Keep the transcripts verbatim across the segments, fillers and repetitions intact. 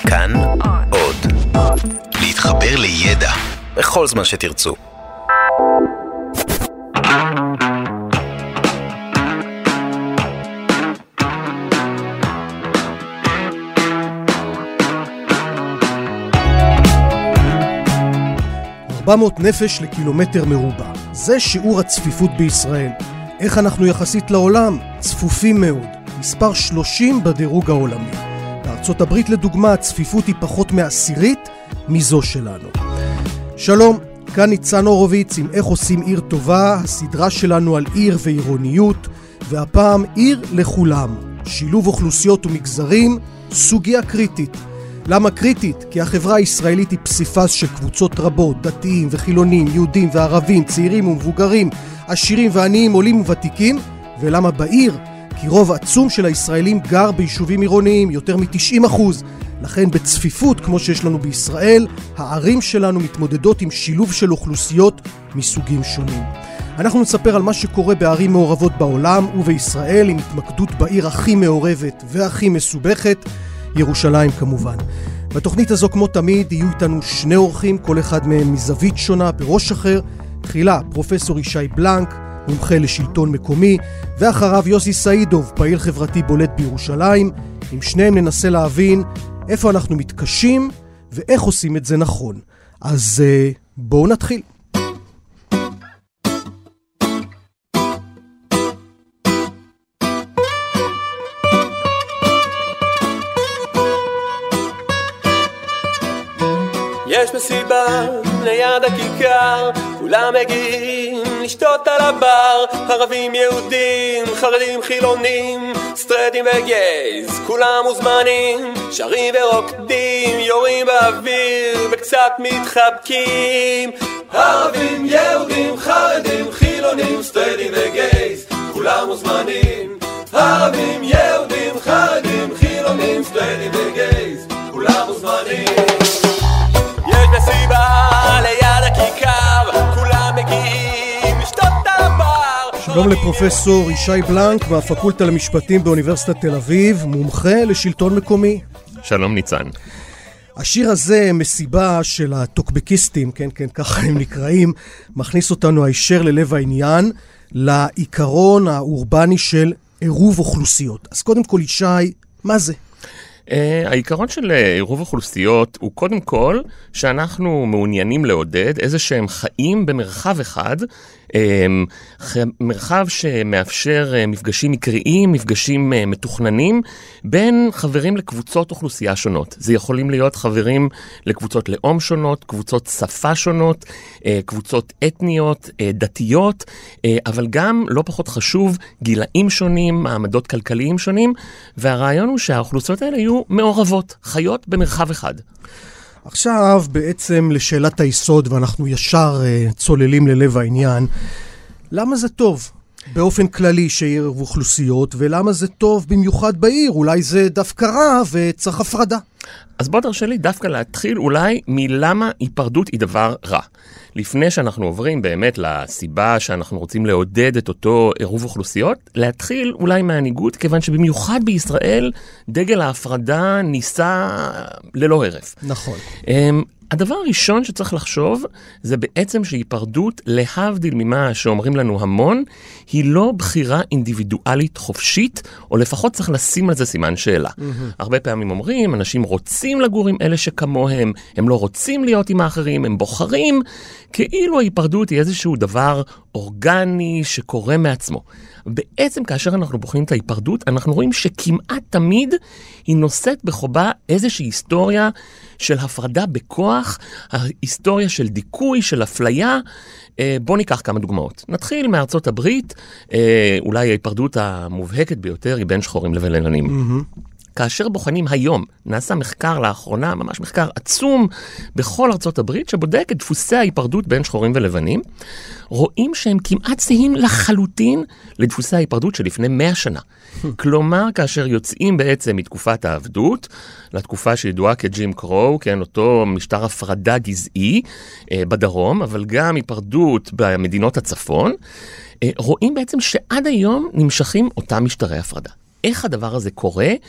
כאן עוד. להתחבר לידע בכל זמן שתרצו. ארבע מאות נפש לקילומטר מרובע. זה שיעור הצפיפות בישראל. איך אנחנו יחסית לעולם? צפופים מאוד. מספר שלושים בדירוג העולמי. בארצות הברית לדוגמה הצפיפות היא פחות מעשירית מזו שלנו. שלום, כאן ניצן הורוביץ עם איך עושים עיר טובה, הסדרה שלנו על עיר ועירוניות, והפעם עיר לכולם. שילוב אוכלוסיות ומגזרים, סוגיה קריטית. למה קריטית? כי החברה הישראלית היא פסיפס של קבוצות רבות, דתיים וחילונים, יהודים וערבים, צעירים ומבוגרים, עשירים ועניים, עולים וותיקים. ולמה בעיר? כי רוב עצום של הישראלים גר ביישובים עירוניים, יותר מ-תשעים אחוז. לכן בצפיפות, כמו שיש לנו בישראל, הערים שלנו מתמודדות עם שילוב של אוכלוסיות מסוגים שונים. אנחנו נספר על מה שקורה בערים מעורבות בעולם ובישראל, עם התמקדות בעיר הכי מעורבת והכי מסובכת, ירושלים כמובן. בתוכנית הזו כמו תמיד יהיו איתנו שני אורחים, כל אחד מהם מזווית שונה בראש אחר. תחילה פרופסור ישי בלנק, מומחה לשלטון מקומי, ואחריו יוסי סעידוב, פעיל חברתי בולט בירושלים. עם שניהם ננסה להבין איפה אנחנו מתקשים ואיך עושים את זה נכון. אז בואו נתחיל. יש מסיבה ליד הכיכר, כולם מגיעים לשתות על הבר, ערבים יהודים, חרדים חילונים, סטרייטים וגייז, כולם מוזמנים, שרים ורוקדים, יורים באוויר וקצת מתחבקים. ערבים יהודים, חרדים חילונים, סטרייטים וגייז, כולם מוזמנים. ערבים יהודים, חרדים חילונים, סטרייטים וגייז, כולם מוזמנים. יש מסיבה ליד הכיכר, כולם מגיעים לשתות על הבר. שלום לפרופסור ישי בלנק מהפקולטה למשפטים באוניברסיטת תל אביב, מומחה לשלטון מקומי. שלום ניצן. השיר הזה, מסיבה של הטוקבקיסטים, כן כן ככה הם נקראים, מכניס אותנו הישר ללב העניין, לעיקרון האורבני של עירוב אוכלוסיות. אז קודם כל ישי, מה זה? Uh, העיקרון של עירוב אוכלוסיות הוא קודם כל שאנחנו מעוניינים לעודד איזה שהם חיים במרחב אחד, uh, מרחב שמאפשר uh, מפגשים מקריים, מפגשים uh, מתוכננים בין חברים לקבוצות אוכלוסייה שונות. זה יכולים להיות חברים לקבוצות לאום שונות, קבוצות שפה שונות, uh, קבוצות אתניות, uh, דתיות, uh, אבל גם לא פחות חשוב גילאים שונים, מעמדות כלכליים שונים, והרעיון הוא שהאוכלוסיות האלה יהיו מעורבות, חיות במרחב אחד. עכשיו בעצם לשאלת היסוד, ואנחנו ישר uh, צוללים ללב העניין. למה זה טוב באופן כללי שיערבו אוכלוסיות, ולמה זה טוב במיוחד בעיר? אולי זה דווקא רע וצריך הפרדה. אז בוא תרשה לי דווקא להתחיל אולי מלמה היפרדות היא דבר רע. לפני שאנחנו עוברים באמת לסיבה שאנחנו רוצים לעודד את אותו עירוב אוכלוסיות, להתחיל אולי מהניגוד, כיוון שבמיוחד בישראל דגל ההפרדה ניסה ללא הרף. נכון. הדבר הראשון שצריך לחשוב זה בעצם שהיפרדות, להבדיל ממה שאומרים לנו המון, היא לא בחירה אינדיבידואלית חופשית, או לפחות צריך לשים על זה סימן שאלה. Mm-hmm. הרבה פעמים אומרים, אנשים רוצים לגור עם אלה שכמוהם, הם לא רוצים להיות עם האחרים, הם בוחרים, כאילו ההיפרדות היא איזשהו דבר אורגני שקורה מעצמו. בעצם כאשר אנחנו בוחנים את ההיפרדות, אנחנו רואים שכמעט תמיד היא נושאת בחובה איזושהי היסטוריה של הפרדה בכוח, ההיסטוריה של דיכוי, של אפליה. בואו ניקח כמה דוגמאות. נתחיל מארצות הברית, אולי ההיפרדות המובהקת ביותר היא בין שחורים לבלבנים. Mm-hmm. כאשר בוחנים היום, נעשה מחקר לאחרונה, ממש מחקר עצום בכל ארצות הברית, שבודק את דפוסי ההיפרדות בין שחורים ולבנים, רואים שהם כמעט זהים לחלוטין לדפוסי ההיפרדות שלפני מאה שנה. כלומר, כאשר יוצאים בעצם מתקופת העבדות, לתקופה שידועה כג'ים קרו, כן, אותו משטר הפרדה גזעי אה, בדרום, אבל גם היפרדות במדינות הצפון, אה, רואים בעצם שעד היום נמשכים אותם משטרי הפרדה. איך הדבר הזה קורה?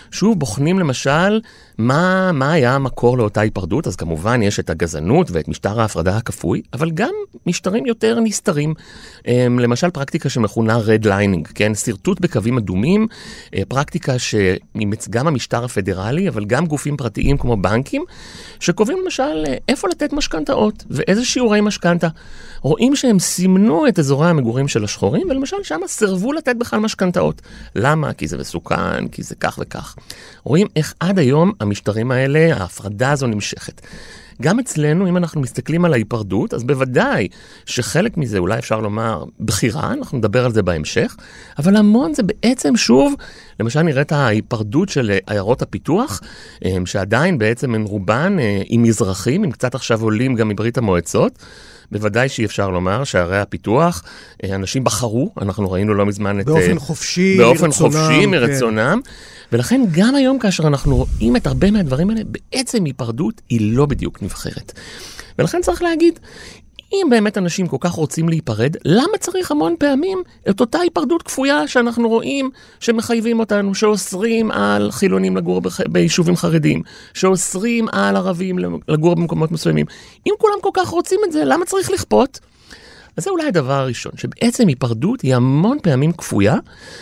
שוב, בוחנים למשל מה, מה היה המקור לאותה היפרדות, אז כמובן יש את הגזענות ואת משטר ההפרדה הכפוי, אבל גם משטרים יותר נסתרים, למשל פרקטיקה שמכונה redlining, כן? סרטוט בקווים אדומים, פרקטיקה שאימץ גם המשטר הפדרלי, אבל גם גופים פרטיים כמו בנקים, שקובעים למשל איפה לתת משכנתאות ואיזה שיעורי משכנתה. רואים שהם סימנו את אזורי המגורים של השחורים, ולמשל שם סרבו לתת בכלל משכנתאות. למה? כי זה מסוכן, כי זה כך וכך. רואים איך עד היום המשטרים האלה, ההפרדה הזו נמשכת. גם אצלנו, אם אנחנו מסתכלים על ההיפרדות, אז בוודאי שחלק מזה אולי אפשר לומר בחירה, אנחנו נדבר על זה בהמשך, אבל המון זה בעצם שוב, למשל נראית ההיפרדות של עיירות הפיתוח, שעדיין בעצם הן רובן עם מזרחים, עם קצת עכשיו עולים גם מברית המועצות, בוודאי שאי אפשר לומר שערי הפיתוח, אנשים בחרו, אנחנו ראינו לא מזמן את... באופן חופשי, באופן מרצונם, חופשי, כן. מרצונם, ולכן גם היום כאשר אנחנו רואים את הרבה מהדברים האלה, בעצם היפרדות היא לא בדיוק נבחרת. ולכן צריך להגיד, אם באמת אנשים כל כך רוצים להיפרד, למה צריך המון פעמים את אותה היפרדות כפויה שאנחנו רואים שמחייבים אותנו, שאוסרים על חילונים לגור בח... ביישובים חרדים, שאוסרים על ערבים לגור במקומות מסוימים. אם כולם כל כך רוצים את זה, למה צריך לכפות? אז זה אולי הדבר הראשון, שבעצם היפרדות היא המון פעמים כפויה,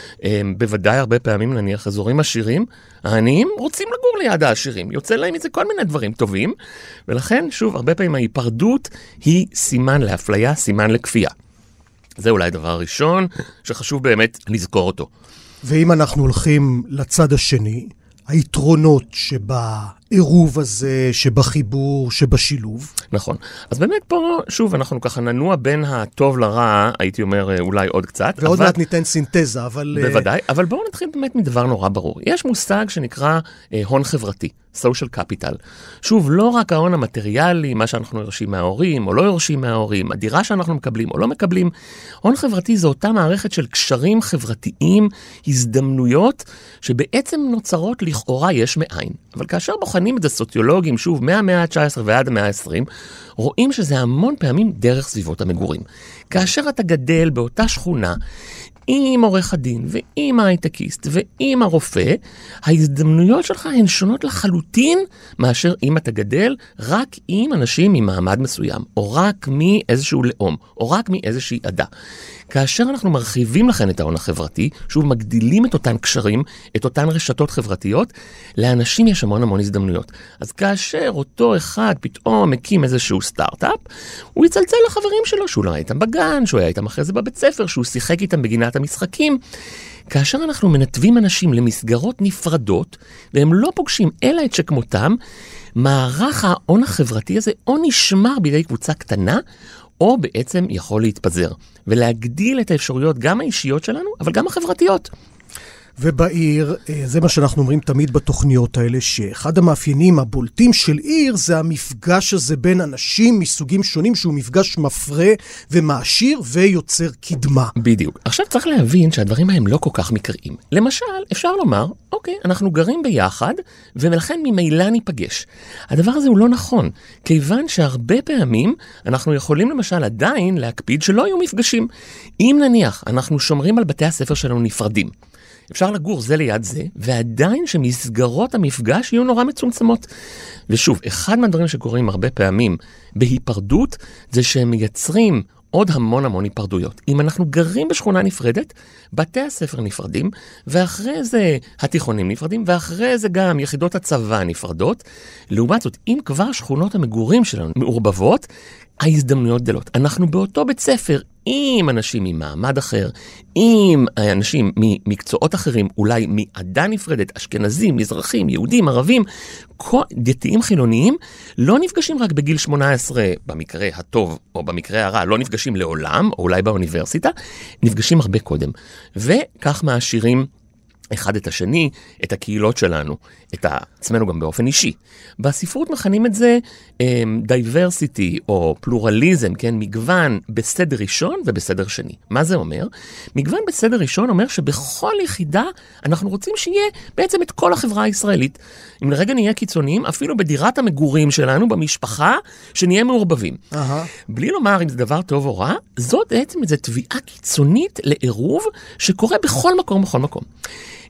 בוודאי הרבה פעמים נניח אזורים עשירים, העניים רוצים לגור ליד העשירים, יוצא להם מזה כל מיני דברים טובים, ולכן שוב הרבה פעמים ההיפרדות היא סימן לאפליה, סימן לכפייה. זה אולי הדבר הראשון שחשוב באמת לזכור אותו. ואם אנחנו הולכים לצד השני, היתרונות שבעירוב הזה, שבחיבור, שבשילוב. נכון. אז באמת פה, שוב, אנחנו ככה ננוע בין הטוב לרע, הייתי אומר אולי עוד קצת. ועוד אבל... מעט ניתן סינתזה, אבל... בוודאי, אבל בואו נתחיל באמת מדבר נורא ברור. יש מושג שנקרא אה, הון חברתי, social capital. שוב, לא רק ההון המטריאלי, מה שאנחנו יורשים מההורים או לא יורשים מההורים, הדירה שאנחנו מקבלים או לא מקבלים. הון חברתי זה אותה מערכת של קשרים חברתיים, הזדמנויות, שבעצם נוצרות לכאורה יש מאין. אבל כאשר בוחנים את הסוציולוגים, שוב, מהמאה ה-תשע עשרה ועד המאה ה-עשרים, רואים שזה המון פעמים דרך סביבות המגורים. כאשר אתה גדל באותה שכונה, עם עורך הדין, ועם ההייטקיסט, ועם הרופא, ההזדמנויות שלך הן שונות לחלוטין, מאשר אם אתה גדל רק עם אנשים ממעמד מסוים, או רק מאיזשהו לאום, או רק מאיזושהי עדה. כאשר אנחנו מרחיבים לכן את ההון החברתי, שוב מגדילים את אותן קשרים, את אותן רשתות חברתיות, לאנשים יש המון המון הזדמנויות. אז כאשר אותו אחד פתאום מקים איזשהו סטארט-אפ, הוא יצלצל לחברים שלו, שהוא לא היה איתם בגן, שהוא היה איתם אחרי זה בבית ספר, שהוא שיחק איתם בגינת המשחקים. כאשר אנחנו מנתבים אנשים למסגרות נפרדות, והם לא פוגשים אלא את שכמותם, מערך ההון החברתי הזה או נשמר בידי קבוצה קטנה, או בעצם יכול להתפזר, ולהגדיל את האפשרויות גם האישיות שלנו, אבל גם החברתיות. ובעיר, זה מה שאנחנו אומרים תמיד בתוכניות האלה, שאחד המאפיינים הבולטים של עיר, זה המפגש הזה בין אנשים מסוגים שונים, שהוא מפגש מפרה ומעשיר ויוצר קדמה. בדיוק. עכשיו צריך להבין שהדברים ההם לא כל כך מקריים. למשל, אפשר לומר, אוקיי, אנחנו גרים ביחד, ולכן ממילא ניפגש. הדבר הזה הוא לא נכון, כיוון שהרבה פעמים אנחנו יכולים למשל עדיין להקפיד שלא יהיו מפגשים. אם נניח, אנחנו שומרים על בתי הספר שלנו נפרדים, אפשר לגור זה ליד זה, ועדיין שמסגרות המפגש יהיו נורא מצומצמות. ושוב, אחד מהדברים שקורים הרבה פעמים בהיפרדות, זה שהם מייצרים עוד המון המון היפרדויות. אם אנחנו גרים בשכונה נפרדת, בתי הספר נפרדים, ואחרי זה התיכונים נפרדים, ואחרי זה גם יחידות הצבא נפרדות. לעומת זאת, אם כבר שכונות המגורים שלנו מעורבבות, ההזדמנויות גדלות. אנחנו באותו בית ספר עם אנשים ממעמד אחר, עם אנשים ממקצועות אחרים, אולי מעדה נפרדת, אשכנזים, מזרחים, יהודים, ערבים, דתיים חילוניים, לא נפגשים רק בגיל שמונה עשרה, במקרה הטוב או במקרה הרע, לא נפגשים לעולם, או אולי באוניברסיטה, נפגשים הרבה קודם. וכך מעשירים אחד את השני, את הקהילות שלנו, את עצמנו גם באופן אישי. בספרות מכנים את זה diversity או פלורליזם, כן? מגוון בסדר ראשון ובסדר שני. מה זה אומר? מגוון בסדר ראשון אומר שבכל יחידה אנחנו רוצים שיהיה בעצם את כל החברה הישראלית. אם לרגע נהיה קיצוניים, אפילו בדירת המגורים שלנו, במשפחה, שנהיה מעורבבים. Uh-huh. בלי לומר אם זה דבר טוב או רע, זאת בעצם איזו תביעה קיצונית לעירוב שקורה בכל מקום, בכל מקום.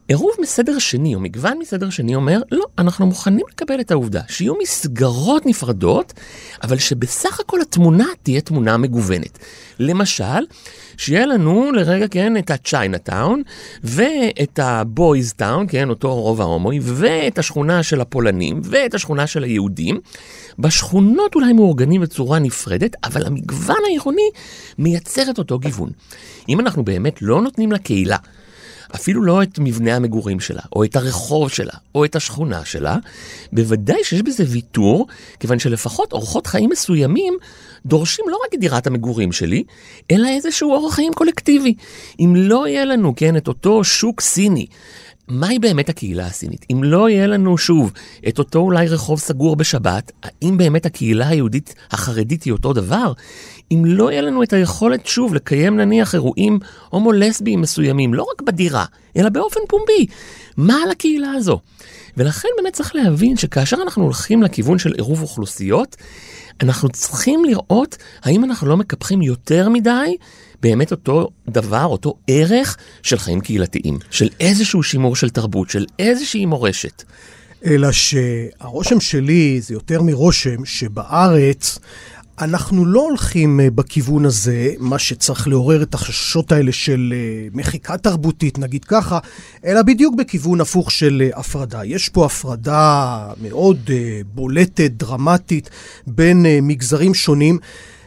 עירוב מסדר שני, או מגוון מסדר שני, אומר, לא, אנחנו מוכנים לקבל את העובדה, שיהיו מסגרות נפרדות, אבל שבסך הכל התמונה תהיה תמונה מגוונת. למשל, שיהיה לנו לרגע, כן, את הצ'יינאטאון, ואת הבויז טאון, כן, אותו רוב ההומוי, ואת השכונה של הפולנים, ואת השכונה של היהודים. בשכונות אולי מאורגנים בצורה נפרדת, אבל המגוון העירוני מייצר את אותו גיוון. אם אנחנו באמת לא נותנים לקהילה, אפילו לא את מבנה המגורים שלה, או את הרחוב שלה, או את השכונה שלה, בוודאי שיש בזה ויתור, כיוון שלפחות אורחות חיים מסוימים דורשים לא רק את דירת המגורים שלי, אלא איזשהו אורח חיים קולקטיבי. אם לא יהיה לנו, כן, את אותו שוק סיני, מהי באמת הקהילה הסינית? אם לא יהיה לנו שוב את אותו אולי רחוב סגור בשבת, האם באמת הקהילה היהודית החרדית היא אותו דבר? אם לא יהיה לנו את היכולת שוב לקיים נניח אירועים הומו-לסביים מסוימים, לא רק בדירה, אלא באופן פומבי, מה על הקהילה הזו? ולכן באמת צריך להבין שכאשר אנחנו הולכים לכיוון של עירוב אוכלוסיות, אנחנו צריכים לראות האם אנחנו לא מקפחים יותר מדי באמת אותו דבר, אותו ערך של חיים קהילתיים, של איזשהו שימור של תרבות, של איזושהי מורשת. אלא שהרושם שלי זה יותר מרושם שבארץ אנחנו לא הולכים בכיוון הזה, מה שצריך לעורר את החששות האלה של מחיקה תרבותית, נגיד ככה, אלא בדיוק בכיוון הפוך של הפרדה. יש פה הפרדה מאוד בולטת, דרמטית, בין מגזרים שונים,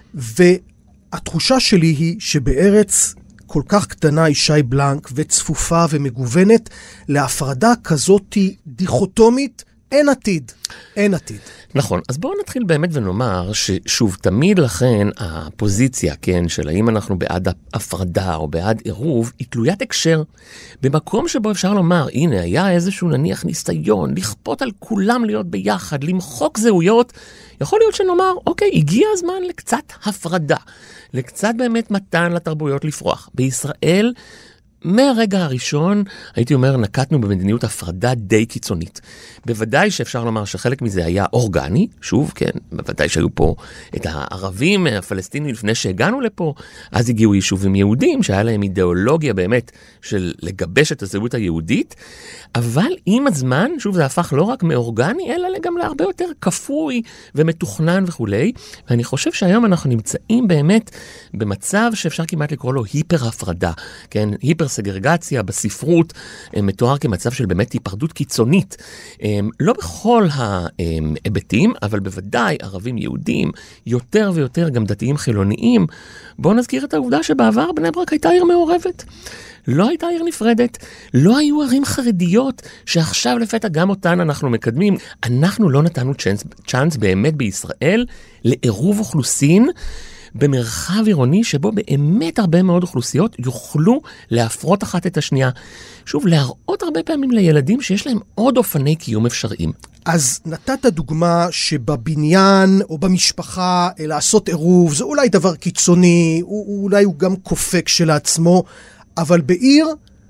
והתחושה שלי היא שבארץ כל כך קטנה היא שי בלנק וצפופה ומגוונת, להפרדה כזאת דיכוטומית, אין עתיד, אין עתיד. נכון, אז בואו נתחיל באמת ונאמר ששוב, תמיד לכן הפוזיציה, כן, של האם אנחנו בעד הפרדה או בעד עירוב, היא תלוית הקשר. במקום שבו אפשר לומר, הנה, היה איזשהו נניח ניסיון, לכפות על כולם להיות ביחד, למחוק זהויות, יכול להיות שנאמר, אוקיי, הגיע הזמן לקצת הפרדה, לקצת באמת מתן לתרבויות לפרוח. בישראל, מהרגע הראשון, הייתי אומר, נקטנו במדיניות הפרדה די קיצונית. בוודאי שאפשר לומר שחלק מזה היה אורגני, שוב, כן, בוודאי שהיו פה את הערבים, הפלסטינים, לפני שהגענו לפה, אז הגיעו יישובים יהודים, שהיה להם אידיאולוגיה באמת של לגבש את הזהות היהודית, אבל עם הזמן, שוב, זה הפך לא רק מאורגני, אלא גם להרבה יותר כפוי ומתוכנן וכולי, ואני חושב שהיום אנחנו נמצאים באמת במצב שאפשר כמעט לקרוא לו היפר הפרדה, כן, היפר סגרגציה בספרות מתואר כמצב של באמת היפרדות קיצונית. לא בכל ההיבטים, אבל בוודאי ערבים יהודים, יותר ויותר גם דתיים חילוניים. בואו נזכיר את העובדה שבעבר בני ברק הייתה עיר מעורבת. לא הייתה עיר נפרדת, לא היו ערים חרדיות שעכשיו לפתע גם אותן אנחנו מקדמים. אנחנו לא נתנו צ'אנס, צ'אנס באמת בישראל לעירוב אוכלוסין, במרחב עירוני שבו באמת הרבה מאוד אוכלוסיות יוכלו להפרות אחת את השנייה. שוב, להראות הרבה פעמים לילדים שיש להם עוד אופני קיום אפשריים. אז נתת דוגמה שבבניין או במשפחה לעשות עירוב, זה אולי דבר קיצוני, אולי הוא גם קופק שלעצמו, אבל בעיר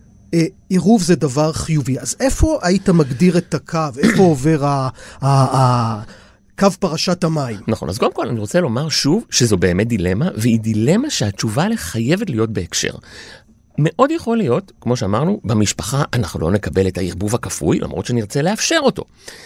עירוב זה דבר חיובי. אז איפה היית מגדיר את הקו? איפה עובר ה... ה... קו פרשת המים. נכון, אז קודם כל אני רוצה לומר שוב שזו באמת דילמה, והיא דילמה שהתשובה לה חייבת להיות בהקשר. מאוד יכול להיות, כמו שאמרנו, במשפחה אנחנו לא נקבל את הערבוב הכפוי, למרות שנרצה לאפשר אותו.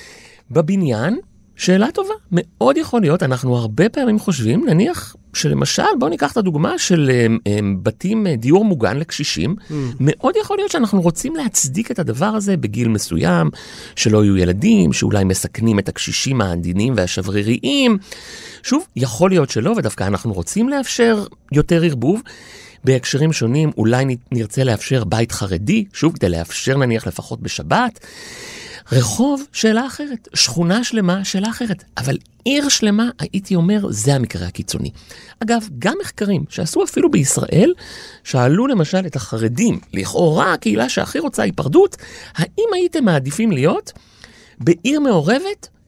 בבניין, שאלה טובה, מאוד יכול להיות, אנחנו הרבה פעמים חושבים, נניח שלמשל, בואו ניקח את הדוגמה של um, um, בתים uh, דיור מוגן לקשישים, mm. מאוד יכול להיות שאנחנו רוצים להצדיק את הדבר הזה בגיל מסוים, שלא יהיו ילדים, שאולי מסכנים את הקשישים העדינים והשבריריים. שוב, יכול להיות שלא, ודווקא אנחנו רוצים לאפשר יותר ערבוב. בהקשרים שונים, אולי נרצה לאפשר בית חרדי, שוב, כדי לאפשר נניח לפחות בשבת. רחוב, שאלה אחרת. שכונה שלמה, שאלה אחרת. אבל עיר שלמה, הייתי אומר, זה המקרה הקיצוני. אגב, גם מחקרים שעשו אפילו בישראל, שאלו למשל את החרדים, לכאורה הקהילה שהכי רוצה היפרדות, האם הייתם מעדיפים להיות בעיר מעורבת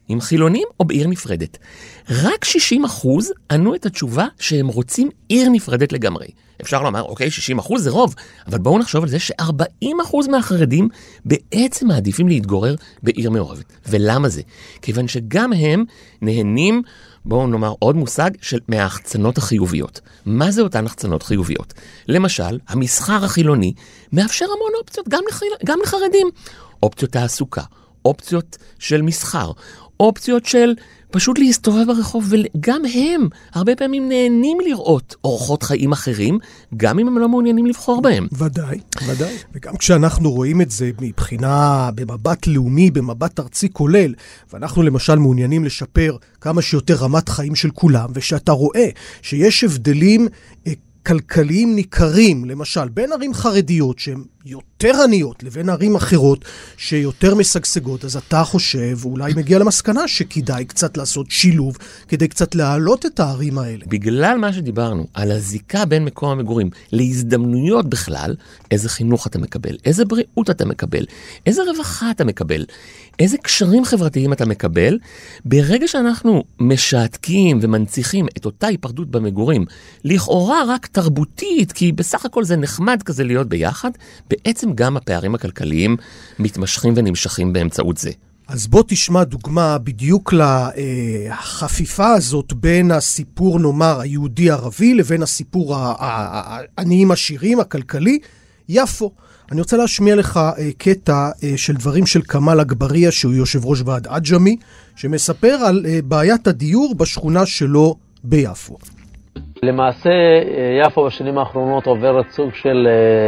עם חילונים או בעיר נפרדת. רק שישים אחוז ענו את התשובה שהם רוצים עיר נפרדת לגמרי. אפשר לומר, אוקיי, שישים אחוז זה רוב, אבל בואו נחשוב על זה ש-ארבעים אחוז מהחרדים בעצם מעדיפים להתגורר בעיר מעורבת. ולמה זה? כיוון שגם הם נהנים, בואו נאמר עוד מושג, של מההחצנות החיוביות. מה זה אותן החצנות חיוביות? למשל, המסחר החילוני מאפשר המון אופציות גם, לח... גם לחרדים. אופציות תעסוקה, אופציות של מסחר, אופציות של פשוט להסתובב ברחוב, וגם הם הרבה פעמים נהנים לראות אורחות חיים אחרים, גם אם הם לא מעוניינים לבחור בהם. ודאי, ודאי. וגם כשאנחנו רואים את זה מבחינה, במבט לאומי, במבט ארצי כולל, ואנחנו למשל מעוניינים לשפר כמה שיותר רמת חיים של כולם, ושאתה רואה שיש הבדלים כלכליים ניכרים, למשל, בין ערים חרדיות שהן יותר עניות לבין ערים אחרות שיותר משגשגות, אז אתה חושב, אולי מגיע למסקנה שכדאי קצת לעשות שילוב כדי קצת להעלות את הערים האלה. בגלל מה שדיברנו על הזיקה בין מקום המגורים להזדמנויות בכלל, איזה חינוך אתה מקבל, איזה בריאות אתה מקבל, איזה רווחה אתה מקבל, איזה קשרים חברתיים אתה מקבל, ברגע שאנחנו משעתקים ומנציחים את אותה היפרדות במגורים, לכאורה רק תרבותית, כי בסך הכל זה נחמד כזה להיות ביחד, בעצם גם הפערים הכלכליים מתמשכים ונמשכים באמצעות זה. אז בוא תשמע דוגמה בדיוק לחפיפה הזאת בין הסיפור, נאמר, היהודי-ערבי, לבין הסיפור העניים עשירים, הכלכלי, יפו. אני רוצה להשמיע לך קטע של דברים של כמאל אגבריה, שהוא יושב ראש ועד עג'מי, שמספר על בעיית הדיור בשכונה שלו ביפו. למעשה, יפו בשנים האחרונות עוברת סוג של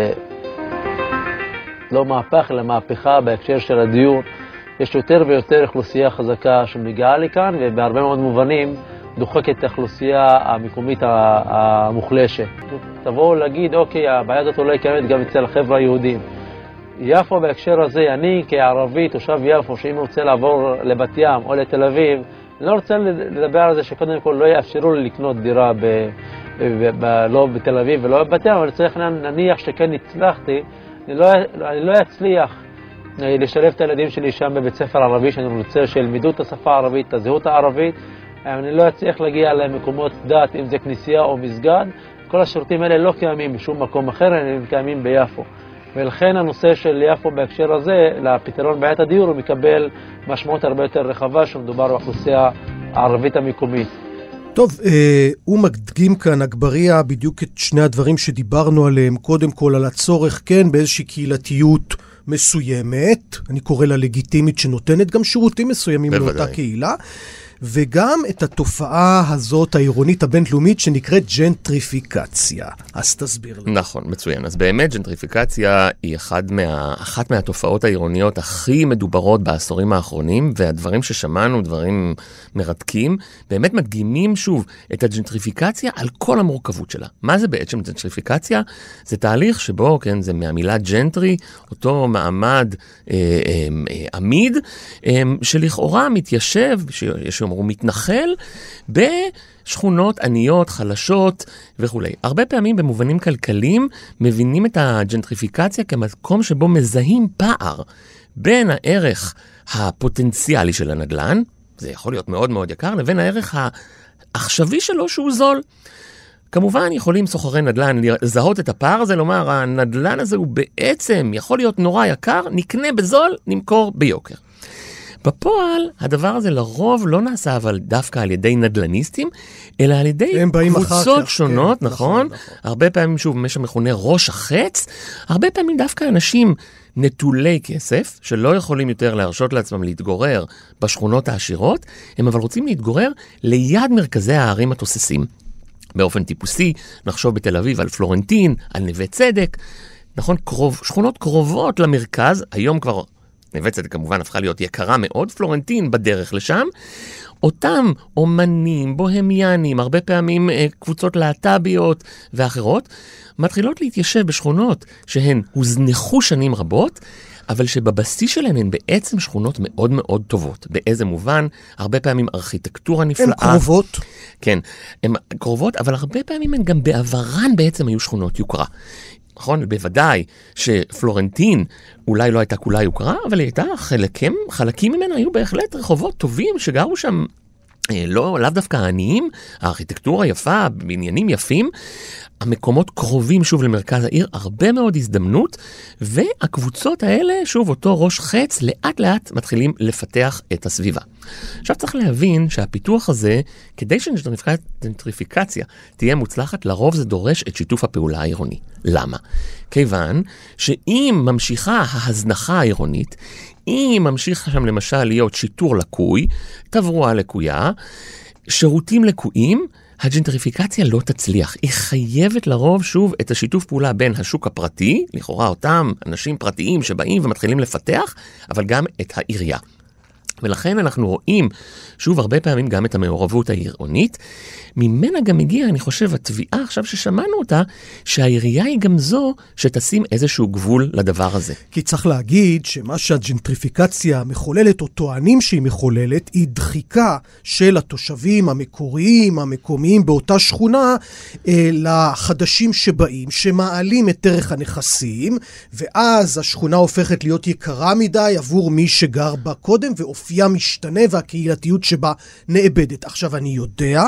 לא מהפך, אלא מהפכה בהקשר של הדיור. יש יותר ויותר אוכלוסייה חזקה שמגיעה לכאן, ובהרבה מאוד מובנים דוחקת את האוכלוסייה המקומית המוחלשת. תבואו להגיד, אוקיי, הבעיה הזאת אולי קיימת גם אצל החבר'ה היהודים. יפו בהקשר הזה, אני כערבי, תושב יפו, שאם רוצה לעבור לבת ים או לתל אביב, אני לא רוצה לדבר על זה שקודם כל לא יאפשרו לי לקנות דירה ב, ב, ב, לא בתל אביב ולא בבת ים, אבל צריך נניח שכן הצלחתי, אני לא, אני לא אצליח לשלב את הילדים שלי שם בבית ספר ערבי, שאני רוצה שילמדו את השפה הערבית, את הזהות הערבית, אני לא אצליח להגיע למקומות דת, אם זה כנסייה או מסגד, כל השירותים האלה לא קיימים בשום מקום אחר, הם קיימים ביפו. ולכן הנושא של יפו בהקשר הזה, לפתרון בעיית הדיור, הוא מקבל משמעות הרבה יותר רחבה, שמדובר באוכלוסייה הערבית המקומית. טוב, אה, הוא מדגים כאן, אגבריה, בדיוק את שני הדברים שדיברנו עליהם, קודם כל על הצורך, כן, באיזושהי קהילתיות מסוימת, אני קורא לה לגיטימית, שנותנת גם שירותים מסוימים בוודאי. לאותה קהילה, וגם את התופעה הזאת העירונית הבינלאומית שנקראת ג'נטריפיקציה. אז תסביר לי. נכון, מצוין. אז באמת ג'נטריפיקציה היא אחד מה, אחת מהתופעות העירוניות הכי מדוברות בעשורים האחרונים, והדברים ששמענו, דברים מרתקים, באמת מדגימים שוב את הג'נטריפיקציה על כל המורכבות שלה. מה זה בעצם ג'נטריפיקציה? זה תהליך שבו, כן, זה מהמילה ג'נטרי, אותו מעמד אה, אה, אה, עמיד, אה, שלכאורה מתיישב, שיש הוא מתנחל בשכונות עניות, חלשות וכו'. הרבה פעמים במובנים כלכליים מבינים את הג'נטריפיקציה כמקום שבו מזהים פער בין הערך הפוטנציאלי של הנדלן, זה יכול להיות מאוד מאוד יקר, לבין הערך העכשווי שלו שהוא זול. כמובן יכולים סוחרי נדל"ן לזהות את הפער הזה, לומר הנדל"ן הזה הוא בעצם יכול להיות נורא יקר, נקנה בזול, נמכור ביוקר. בפועל, הדבר הזה לרוב לא נעשה אבל דווקא על ידי נדלניסטים, אלא על ידי קבוצות שונות, כן, נכון? נכון? נכון. הרבה פעמים, שוב, מה שמכונה ראש החץ, הרבה פעמים דווקא אנשים נטולי כסף, שלא יכולים יותר להרשות לעצמם להתגורר בשכונות העשירות, הם אבל רוצים להתגורר ליד מרכזי הערים התוססים. באופן טיפוסי, נחשוב בתל אביב על פלורנטין, על נווה צדק, נכון? קרוב, שכונות קרובות למרכז, היום כבר נווה צדק כמובן הפכה להיות יקרה מאוד, פלורנטין בדרך לשם, אותם אומנים, בוהמיאנים, הרבה פעמים קבוצות להט"ביות ואחרות, מתחילות להתיישב בשכונות שהן הוזנחו שנים רבות, אבל שבבסיס שלהן הן בעצם שכונות מאוד מאוד טובות. באיזה מובן? הרבה פעמים ארכיטקטורה נפלאה. הן קרובות. כן, הן קרובות, אבל הרבה פעמים הן גם בעברן בעצם היו שכונות יוקרה. נכון? בוודאי שפלורנטין אולי לא הייתה כולה יוקרה, אבל היא הייתה חלקים, חלקים ממנה היו בהחלט רחובות טובים שגרו שם, לא, לאו דווקא העניים, הארכיטקטורה יפה, בניינים יפים, המקומות קרובים שוב למרכז העיר, הרבה מאוד הזדמנות, והקבוצות האלה, שוב אותו ראש חץ, לאט לאט מתחילים לפתח את הסביבה. עכשיו צריך להבין שהפיתוח הזה, כדי שג'נטריפיקציה תהיה מוצלחת, לרוב זה דורש את שיתוף הפעולה העירוני. למה? כיוון שאם ממשיכה ההזנחה העירונית, אם ממשיך שם למשל להיות שיטור לקוי, תברואה לקויה, שירותים לקויים, הג'נטריפיקציה לא תצליח. היא חייבת לרוב שוב את השיתוף פעולה בין השוק הפרטי, לכאורה אותם אנשים פרטיים שבאים ומתחילים לפתח, אבל גם את העירייה. ולכן אנחנו רואים שוב הרבה פעמים גם את המעורבות העירונית, ממנה גם הגיעה, אני חושב, התביעה עכשיו ששמענו אותה, שהעירייה היא גם זו שתשים איזשהו גבול לדבר הזה. כי צריך להגיד שמה שהג'נטריפיקציה מחוללת או טוענים שהיא מחוללת, היא דחיקה של התושבים המקוריים, המקומיים באותה שכונה, אה, לחדשים שבאים, שמעלים את ערך הנכסים, ואז השכונה הופכת להיות יקרה מדי עבור מי שגר בה קודם, ואופייה משתנה והקהילתיות שבה נאבדת. עכשיו אני יודע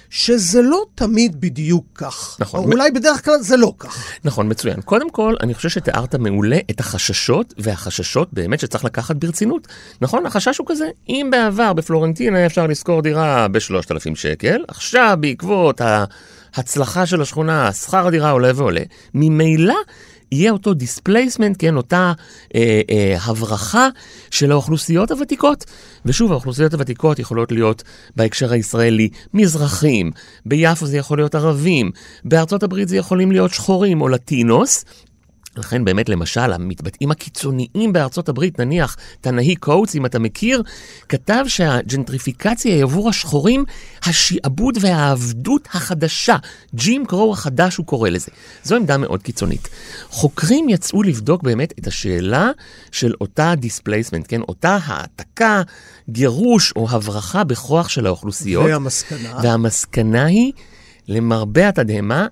שזה לא תמיד בדיוק כך. נכון. או אולי בדרך כלל זה לא כך. נכון, מצוין. קודם כל, אני חושב שתיארת מעולה את החששות, והחששות באמת שצריך לקחת ברצינות. נכון, החשש הוא כזה, אם בעבר בפלורנטין היה אפשר לשכור דירה ב-שלושת אלפים שקל, עכשיו בעקבות ההצלחה של השכונה, שכר הדירה עולה ועולה, ממילא יהיה אותו דיספלייסמנט, כן, אותה אה, אה, הברחה של האוכלוסיות הוותיקות. ושוב, האוכלוסיות הוותיקות יכולות להיות בהקשר הישראלי מזרחים, ביפו זה יכול להיות ערבים, בארצות הברית זה יכולים להיות שחורים או לטינוס. לכן באמת למשל המתבטאים הקיצוניים בארצות הברית, נניח תנאי קוץ, אם אתה מכיר, כתב שהג'נטריפיקציה היא עבור השחורים השיעבוד והעבדות החדשה. ג'ים קרו החדש הוא קורא לזה. זו עמדה מאוד קיצונית. חוקרים יצאו לבדוק באמת את השאלה של אותה דיספלייסמנט, כן? אותה העתקה, גירוש או הברחה בכוח של האוכלוסיות. והמסקנה? והמסקנה היא, למרבה התדהמה,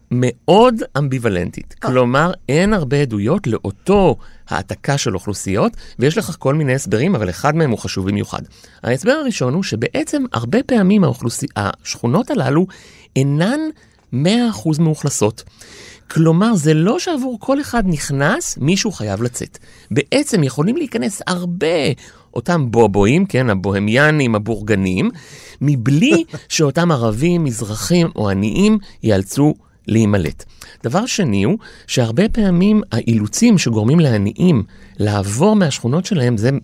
מאוד אמביוולנטית. כלומר, אין הרבה עדויות לאותו העתקה של אוכלוסיות, ויש לכך כל מיני הסברים, אבל אחד מהם הוא חשוב במיוחד. ההסבר הראשון הוא שבעצם הרבה פעמים האוכלוסי... השכונות הללו אינן מאה אחוז מאוכלסות. כלומר, זה לא שעבור כל אחד נכנס, מישהו חייב לצאת. בעצם יכולים להיכנס הרבה אותם בובואים, כן, הבוהמיאנים, הבורגנים, מבלי שאותם ערבים, מזרחים או עניים ייאלצו להימלט. דבר שני הוא שהרבה פעמים האילוצים שגורמים לעניים לעבור מהשכונות שלהם, זה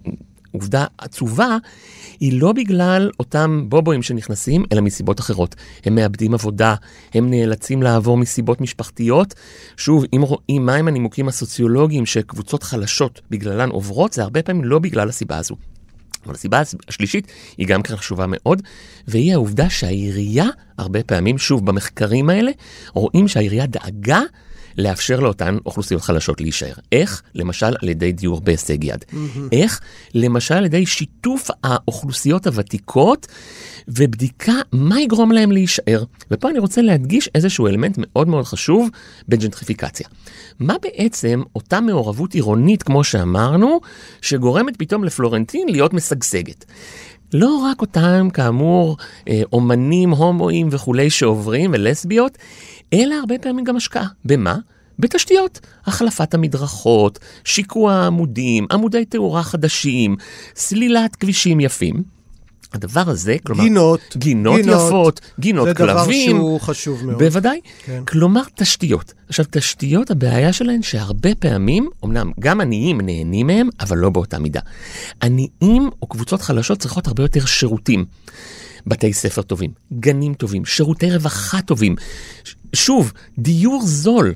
עובדה עצובה, היא לא בגלל אותם בובואים שנכנסים, אלא מסיבות אחרות. הם מאבדים עבודה, הם נאלצים לעבור מסיבות משפחתיות. שוב, אם רואים מהם הנימוקים הסוציולוגיים שקבוצות חלשות בגללן עוברות, זה הרבה פעמים לא בגלל הסיבה הזו. אבל הסיבה השלישית היא גם כן חשובה מאוד, והיא העובדה שהעירייה, הרבה פעמים, שוב, במחקרים האלה, רואים שהעירייה דאגה לאפשר לאותן אוכלוסיות חלשות להישאר. איך? למשל על ידי דיור בהישג יד. Mm-hmm. איך? למשל על ידי שיתוף האוכלוסיות הוותיקות, ובדיקה מה יגרום להם להישאר. ופה אני רוצה להדגיש איזשהו אלמנט מאוד מאוד חשוב בג'נטריפיקציה. מה בעצם אותה מעורבות עירונית, כמו שאמרנו, שגורמת פתאום לפלורנטין להיות משגשגת? לא רק אותם, כאמור, אומנים, הומואים וכולי שעוברים ולסביות, אלא הרבה פעמים גם השקעה. במה? בתשתיות. החלפת המדרכות, שיקוע העמודים, עמודי תאורה חדשים, סלילת כבישים יפים. הדבר הזה, כלומר, גינות, גינות, גינות יפות, גינות זה כלבים. זה דבר שהוא חשוב מאוד. בוודאי. כן. כלומר, תשתיות. עכשיו, תשתיות, הבעיה שלהן שהרבה פעמים, אמנם גם עניים נהנים מהם, אבל לא באותה מידה. עניים או קבוצות חלשות צריכות הרבה יותר שירותים. בתי ספר טובים, גנים טובים, שירותי רווחה טובים. שוב, דיור זול.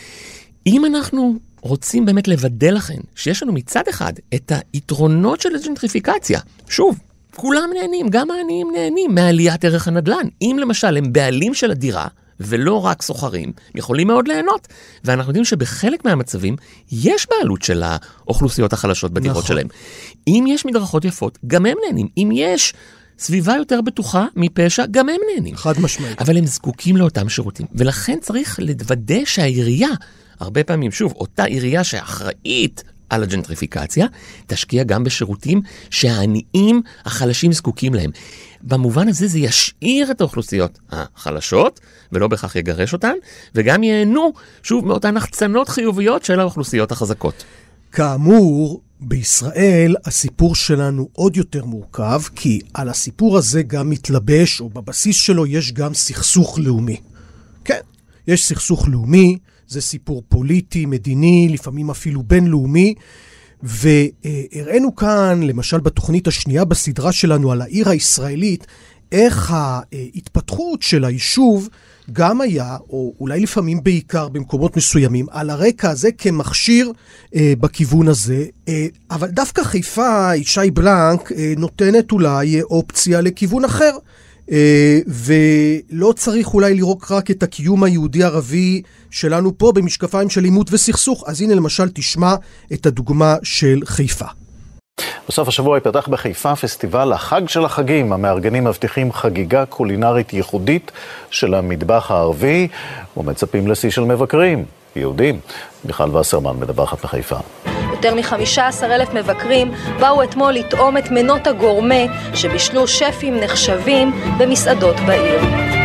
אם אנחנו רוצים באמת לוודא לכם שיש לנו מצד אחד את היתרונות של הג'נטריפיקציה, שוב, כולם נהנים, גם העניים נהנים מעליית ערך הנדל"ן. אם למשל הם בעלים של הדירה, ולא רק סוחרים, יכולים מאוד ליהנות. ואנחנו יודעים שבחלק מהמצבים יש בעלות של האוכלוסיות החלשות בדירות נכון. שלהם. אם יש מדרכות יפות, גם הם נהנים. אם יש סביבה יותר בטוחה מפשע, גם הם נהנים. חד משמעית. אבל הם זקוקים לאותם שירותים, ולכן צריך לוודא שהעירייה, הרבה פעמים שוב, אותה עירייה שאחראית על הג'נטריפיקציה, תשקיע גם בשירותים שהעניים החלשים זקוקים להם. במובן הזה זה ישאיר את האוכלוסיות החלשות, ולא בכך יגרש אותן, וגם ייהנו, שוב, מאותן החצנות חיוביות של האוכלוסיות החזקות. כאמור, בישראל הסיפור שלנו עוד יותר מורכב, כי על הסיפור הזה גם מתלבש, או בבסיס שלו יש גם סכסוך לאומי. כן, יש סכסוך לאומי, זה סיפור פוליטי, מדיני, לפעמים אפילו בינלאומי, והראינו כאן, למשל בתוכנית השנייה בסדרה שלנו על העיר הישראלית, איך ההתפתחות של היישוב גם היה, או אולי לפעמים בעיקר במקומות מסוימים, על הרקע הזה כמכשיר אה, בכיוון הזה. אה, אבל דווקא חיפה, ישי בלנק, אה, נותנת אולי אופציה לכיוון אחר. אה, ולא צריך אולי לראות רק את הקיום היהודי-ערבי שלנו פה במשקפיים של עימות וסכסוך. אז הנה למשל תשמע את הדוגמה של חיפה. בסוף השבוע יפתח בחיפה פסטיבל החג של החגים. המארגנים מבטיחים חגיגה קולינרית ייחודית של המטבח הערבי ומצפים לשיא של מבקרים, יהודים. מיכל וסרמן מדווחת מחיפה. יותר מ-חמישה עשר אלף מבקרים באו אתמול לטעום את מנות הגורמה שבישלו שפים נחשבים במסעדות בעיר.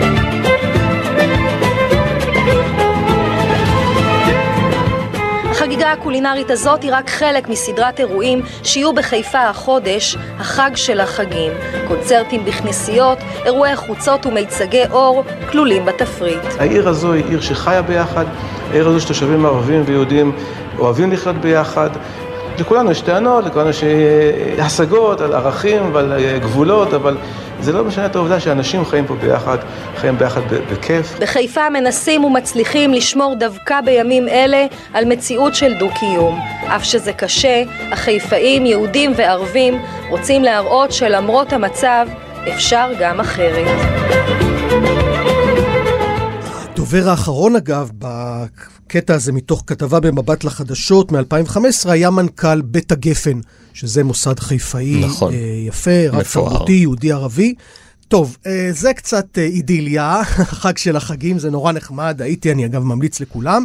החגיגה הקולינרית הזאת היא רק חלק מסדרת אירועים שיהיו בחיפה החודש, החג של החגים. קונצרטים בכנסיות, אירועי חוצות ומיצגי אור כלולים בתפריט. העיר הזו היא עיר שחיה ביחד, העיר הזו שתושבים ערבים ויהודים אוהבים לחיות ביחד. לכולנו יש טענות, לכולנו יש השגות על ערכים ועל גבולות, אבל זה לא משנה את העובדה שאנשים חיים פה ביחד, חיים ביחד בכיף. בחיפה מנסים ומצליחים לשמור דווקא בימים אלה על מציאות של דו-קיום. אף שזה קשה, החיפאים, יהודים וערבים רוצים להראות שלמרות המצב אפשר גם אחרת. הדובר האחרון אגב בקטע הזה מתוך כתבה במבט לחדשות מ-אלפיים וחמש עשרה היה מנכ"ל בית הגפן, שזה מוסד חיפאי נכון. יפה, רב תרבותי, יהודי ערבי. טוב, זה קצת אידיליה, חג של החגים, זה נורא נחמד, הייתי אני אגב ממליץ לכולם,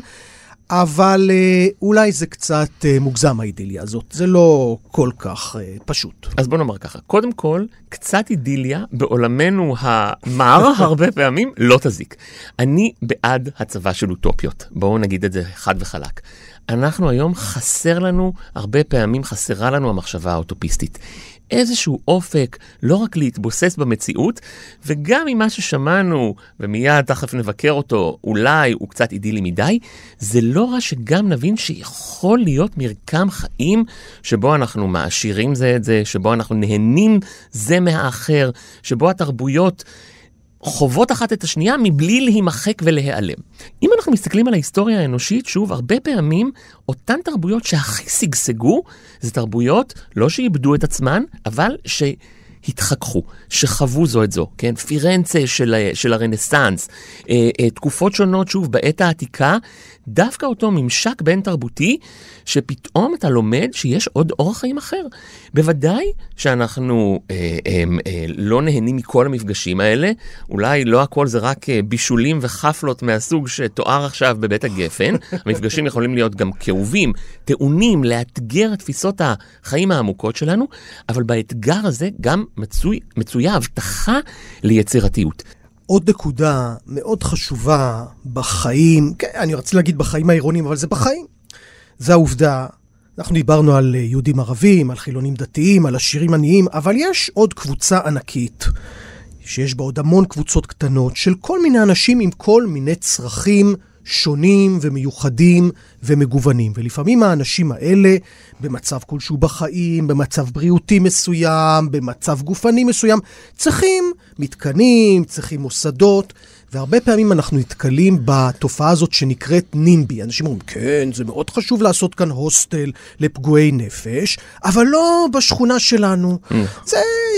אבל אולי זה קצת מוגזם האידיליה הזאת, זה לא כל כך פשוט. אז בוא נאמר ככה, קודם כל, קצת אידיליה בעולמנו המר הרבה פעמים לא תזיק. אני בעד הצבא של אוטופיות, בואו נגיד את זה חד וחלק. אנחנו היום חסר לנו, הרבה פעמים חסרה לנו המחשבה האוטופיסטית. איזשהו אופק, לא רק להתבוסס במציאות, וגם ממה ששמענו, ומיד תכף נבקר אותו, אולי הוא קצת אידילי מדי, זה לא רע שגם נבין שיכול להיות מרקם חיים, שבו אנחנו מעשירים זה את זה, שבו אנחנו נהנים זה מהאחר, שבו התרבויות חובות אחת את השנייה מבלי להימחק ולהיעלם. אם אנחנו מסתכלים על ההיסטוריה האנושית, שוב, הרבה פעמים אותן תרבויות שהכי סגסגו, זה תרבויות לא שאיבדו את עצמן, אבל שהתחככו, שחוו זו את זו, כן? פירנצה של, של הרנסנס, אה, אה, תקופות שונות, שוב, בעת העתיקה, דווקא אותו ממשק בין תרבותי, שפתאום אתה לומד שיש עוד אורח חיים אחר. בוודאי שאנחנו אה, אה, אה, לא נהנים מכל המפגשים האלה, אולי לא הכל זה רק אה, בישולים וחפלות מהסוג שתואר עכשיו בבית הגפן, המפגשים יכולים להיות גם כאובים, טעונים, לאתגר את תפיסות החיים העמוקות שלנו, אבל באתגר הזה גם מצוי, מצויה הבטחה ליצירתיות. עוד נקודה מאוד חשובה בחיים, כן, אני רוצה להגיד בחיים העירוניים, אבל זה בחיים. זה העובדה, אנחנו דיברנו על יהודים ערבים, על חילונים דתיים, על עשירים עניים, אבל יש עוד קבוצה ענקית, שיש בה עוד המון קבוצות קטנות, של כל מיני אנשים עם כל מיני צרכים שונים ומיוחדים ומגוונים. ולפעמים האנשים האלה, במצב כלשהו בחיים, במצב בריאותי מסוים, במצב גופני מסוים, צריכים מתקנים, צריכים מוסדות, והרבה פעמים אנחנו נתקלים בתופעה הזאת שנקראת נימבי. אנשים אומרים, כן, זה מאוד חשוב לעשות כאן הוסטל לפגועי נפש, אבל לא בשכונה שלנו. Mm. זה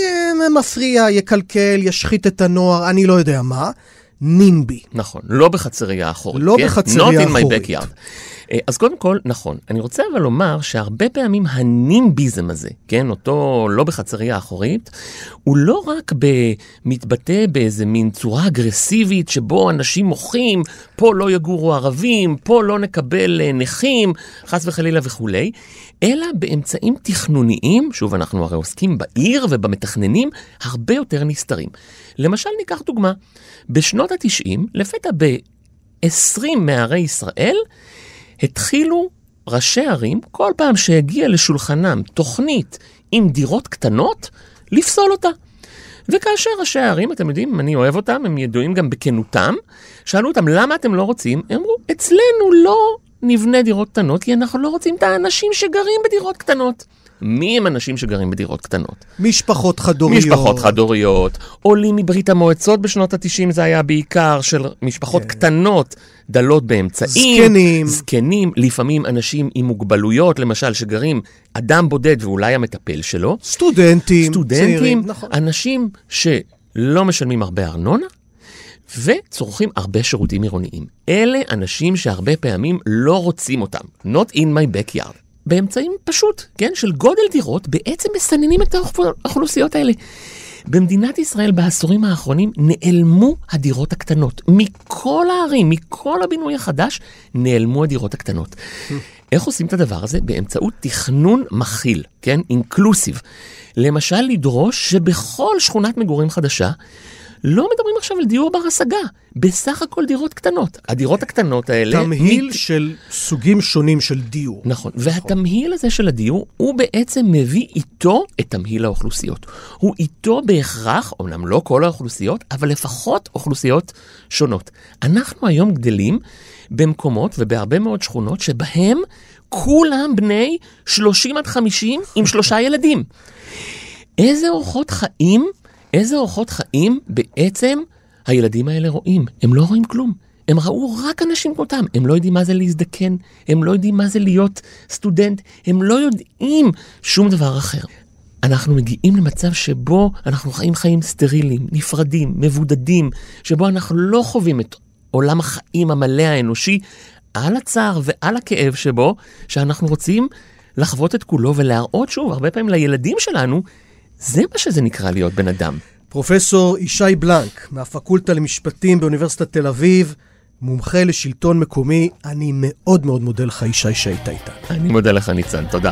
מפריע, יקלקל, ישחית את הנוער, אני לא יודע מה. נימבי. נכון, לא בחצריה האחורית. לא בחצריה האחורית. Not in my backyard. אז קודם כל, נכון. אני רוצה אבל לומר שהרבה פעמים הנימביזם הזה, כן, אותו לא בחצריה האחורית, הוא לא רק מתבטא באיזה מין צורה אגרסיבית שבו אנשים מוחים, פה לא יגורו ערבים, פה לא נקבל נכים, חס וחלילה וכו', אלא באמצעים תכנוניים, שוב אנחנו הרי עוסקים בעיר ובמתכננים, הרבה יותר נסתרים. למשל ניקח דוגמה, בשנות ה-תשעים, לפתע ב-עשרים מערי ישראל, התחילו ראשי ערים, כל פעם שהגיע לשולחנם תוכנית עם דירות קטנות, לפסול אותה. וכאשר ראשי הערים, אתם יודעים, אני אוהב אותם, הם ידועים גם בכנותם, שאלו אותם, למה אתם לא רוצים? הם אמרו, אצלנו לא נבנה דירות קטנות, כי אנחנו לא רוצים את האנשים שגרים בדירות קטנות. מי הם אנשים שגרים בדירות קטנות? משפחות חד-הוריות. משפחות חד-הוריות, עולים מברית המועצות בשנות ה-תשעים, זה היה בעיקר של משפחות כן. קטנות, דלות באמצעים. זקנים. זקנים, לפעמים אנשים עם מוגבלויות, למשל שגרים אדם בודד ואולי המטפל שלו. סטודנטים. סטודנטים, צעירים, נכון. אנשים שלא משלמים הרבה ארנונה, וצורכים הרבה שירותים עירוניים. אלה אנשים שהרבה פעמים לא רוצים אותם. Not in my backyard. באמצעים פשוט, כן, של גודל דירות, בעצם מסננים את האוכלוסיות האלה. במדינת ישראל בעשורים האחרונים נעלמו הדירות הקטנות. מכל הערים, מכל הבינוי החדש, נעלמו הדירות הקטנות. איך עושים את הדבר הזה? באמצעות תכנון מכיל, כן, אינקלוסיב. למשל, לדרוש שבכל שכונת מגורים חדשה, לא מדברים עכשיו על דיור בר השגה, בסך הכל דירות קטנות. הדירות הקטנות האלה... תמהיל מת... של סוגים שונים של דיור. נכון, והתמהיל הזה של הדיור, הוא בעצם מביא איתו את תמהיל האוכלוסיות. הוא איתו בהכרח, אומנם לא כל האוכלוסיות, אבל לפחות אוכלוסיות שונות. אנחנו היום גדלים במקומות ובהרבה מאוד שכונות שבהם כולם בני שלושים עד חמישים עם שלושה ילדים. איזה אורחות חיים... איזה אורחות חיים בעצם הילדים האלה רואים? הם לא רואים כלום. הם ראו רק אנשים כמותם. הם לא יודעים מה זה להזדקן. הם לא יודעים מה זה להיות סטודנט. הם לא יודעים שום דבר אחר. אנחנו מגיעים למצב שבו אנחנו חיים חיים סטריליים, נפרדים, מבודדים, שבו אנחנו לא חווים את עולם החיים המלא האנושי על הצער ועל הכאב שבו, שאנחנו רוצים לחוות את כולו ולהראות שוב, הרבה פעמים לילדים שלנו, זה מה שזה נקרא להיות בן אדם. פרופסור ישי בלנק, מהפקולטה למשפטים באוניברסיטת תל אביב, מומחה לשלטון מקומי, אני מאוד מאוד מודה לך ישי שהיית איתה. אני מודה לך ניצן, תודה.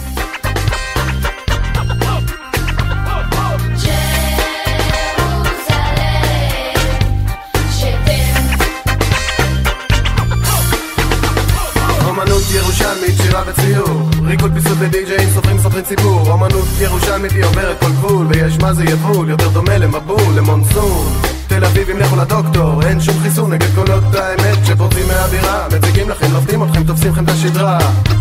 ירושלמית, שירה וציור, ריקוד פיסות ודי-ג'אים, סופרים סופרים ציבור. אומנות ירושלמית היא עוברת כל גבול, ויש מה זה יבול, יותר דומה למבול, למונסון. תל אביבים לכו לדוקטור, אין שום חיסון נגד קולות האמת שפורצים מהבירה, מציגים לכם, לופתים אתכם, תופסים לכם את השדרה.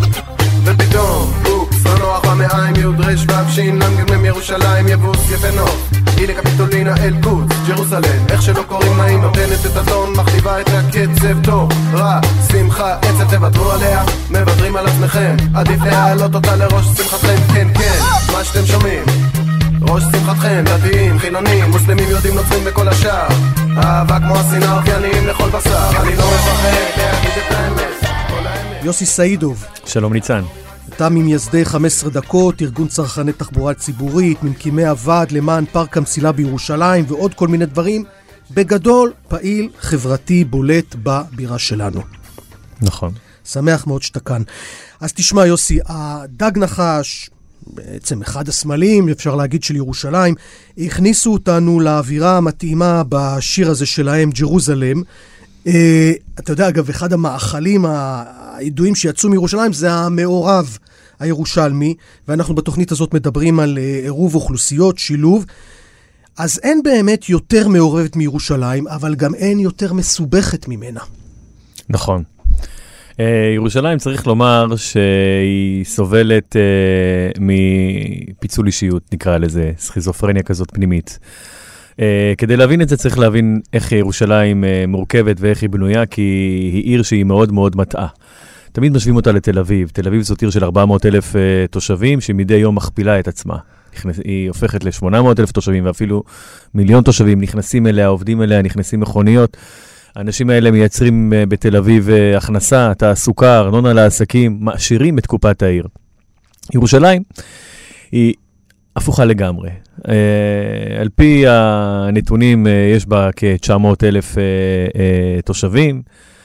ופתאום, אופס, לא נוח במעיים, יהוד רש ואבשין, לנגן מירושלים, יבוס יפנוף. היא לקפיטולינה אל קוץ, ג'רוסלם, איך שלא קוראים נעים, נותנת את הטון, מכתיבה את הקצב טוב, רע, שמחה, עצב, תוותרו עליה, מוותרים על עצמכם, עדיף להעלות אותה לראש שמחתכם, כן, כן, מה שאתם שומעים, ראש שמחתכם, דתיים, חילונים, מוסלמים, יהודים, נוצרים בכל השאר, אהבה כמו השנאה, אופייניים לכל בשר, אני לא מפחד להגיד את האמת, כל האמת. יוסי סעידוב. שלום ניצן. אתה ממייסדי חמש עשרה דקות, ארגון צרכני תחבורה ציבורית, ממקימי הוועד למען פארק המסילה בירושלים ועוד כל מיני דברים. בגדול, פעיל חברתי בולט בבירה שלנו. נכון. שמח מאוד שאתה כאן. אז תשמע יוסי, הדג נחש, בעצם אחד הסמלים, אפשר להגיד, של ירושלים, הכניסו אותנו לאווירה המתאימה בשיר הזה שלהם, ג'רוזלם. Uh, אתה יודע, אגב, אחד המאכלים הידועים שיצאו מירושלים זה המעורב הירושלמי, ואנחנו בתוכנית הזאת מדברים על uh, עירוב אוכלוסיות, שילוב. אז אין באמת יותר מעורבת מירושלים, אבל גם אין יותר מסובכת ממנה. נכון. Uh, ירושלים צריך לומר שהיא סובלת uh, מפיצול אישיות, נקרא לזה, סכיזופרניה כזאת פנימית. Uh, כדי להבין את זה צריך להבין איך ירושלים uh, מורכבת ואיך היא בנויה, כי היא עיר שהיא מאוד מאוד מטעה. תמיד משווים אותה לתל אביב. תל אביב זאת עיר של ארבע מאות אלף uh, תושבים, שמדי יום מכפילה את עצמה. היא הופכת ל-שמונה מאות אלף תושבים, ואפילו מיליון תושבים נכנסים אליה, עובדים אליה, נכנסים מכוניות. האנשים האלה מייצרים בתל אביב הכנסה, תעסוקה, ארנונה לעסקים, מעשירים את קופת העיר. ירושלים היא הפוכה לגמרי. על פי הנתונים יש בה כ-תשע מאות אלף תושבים,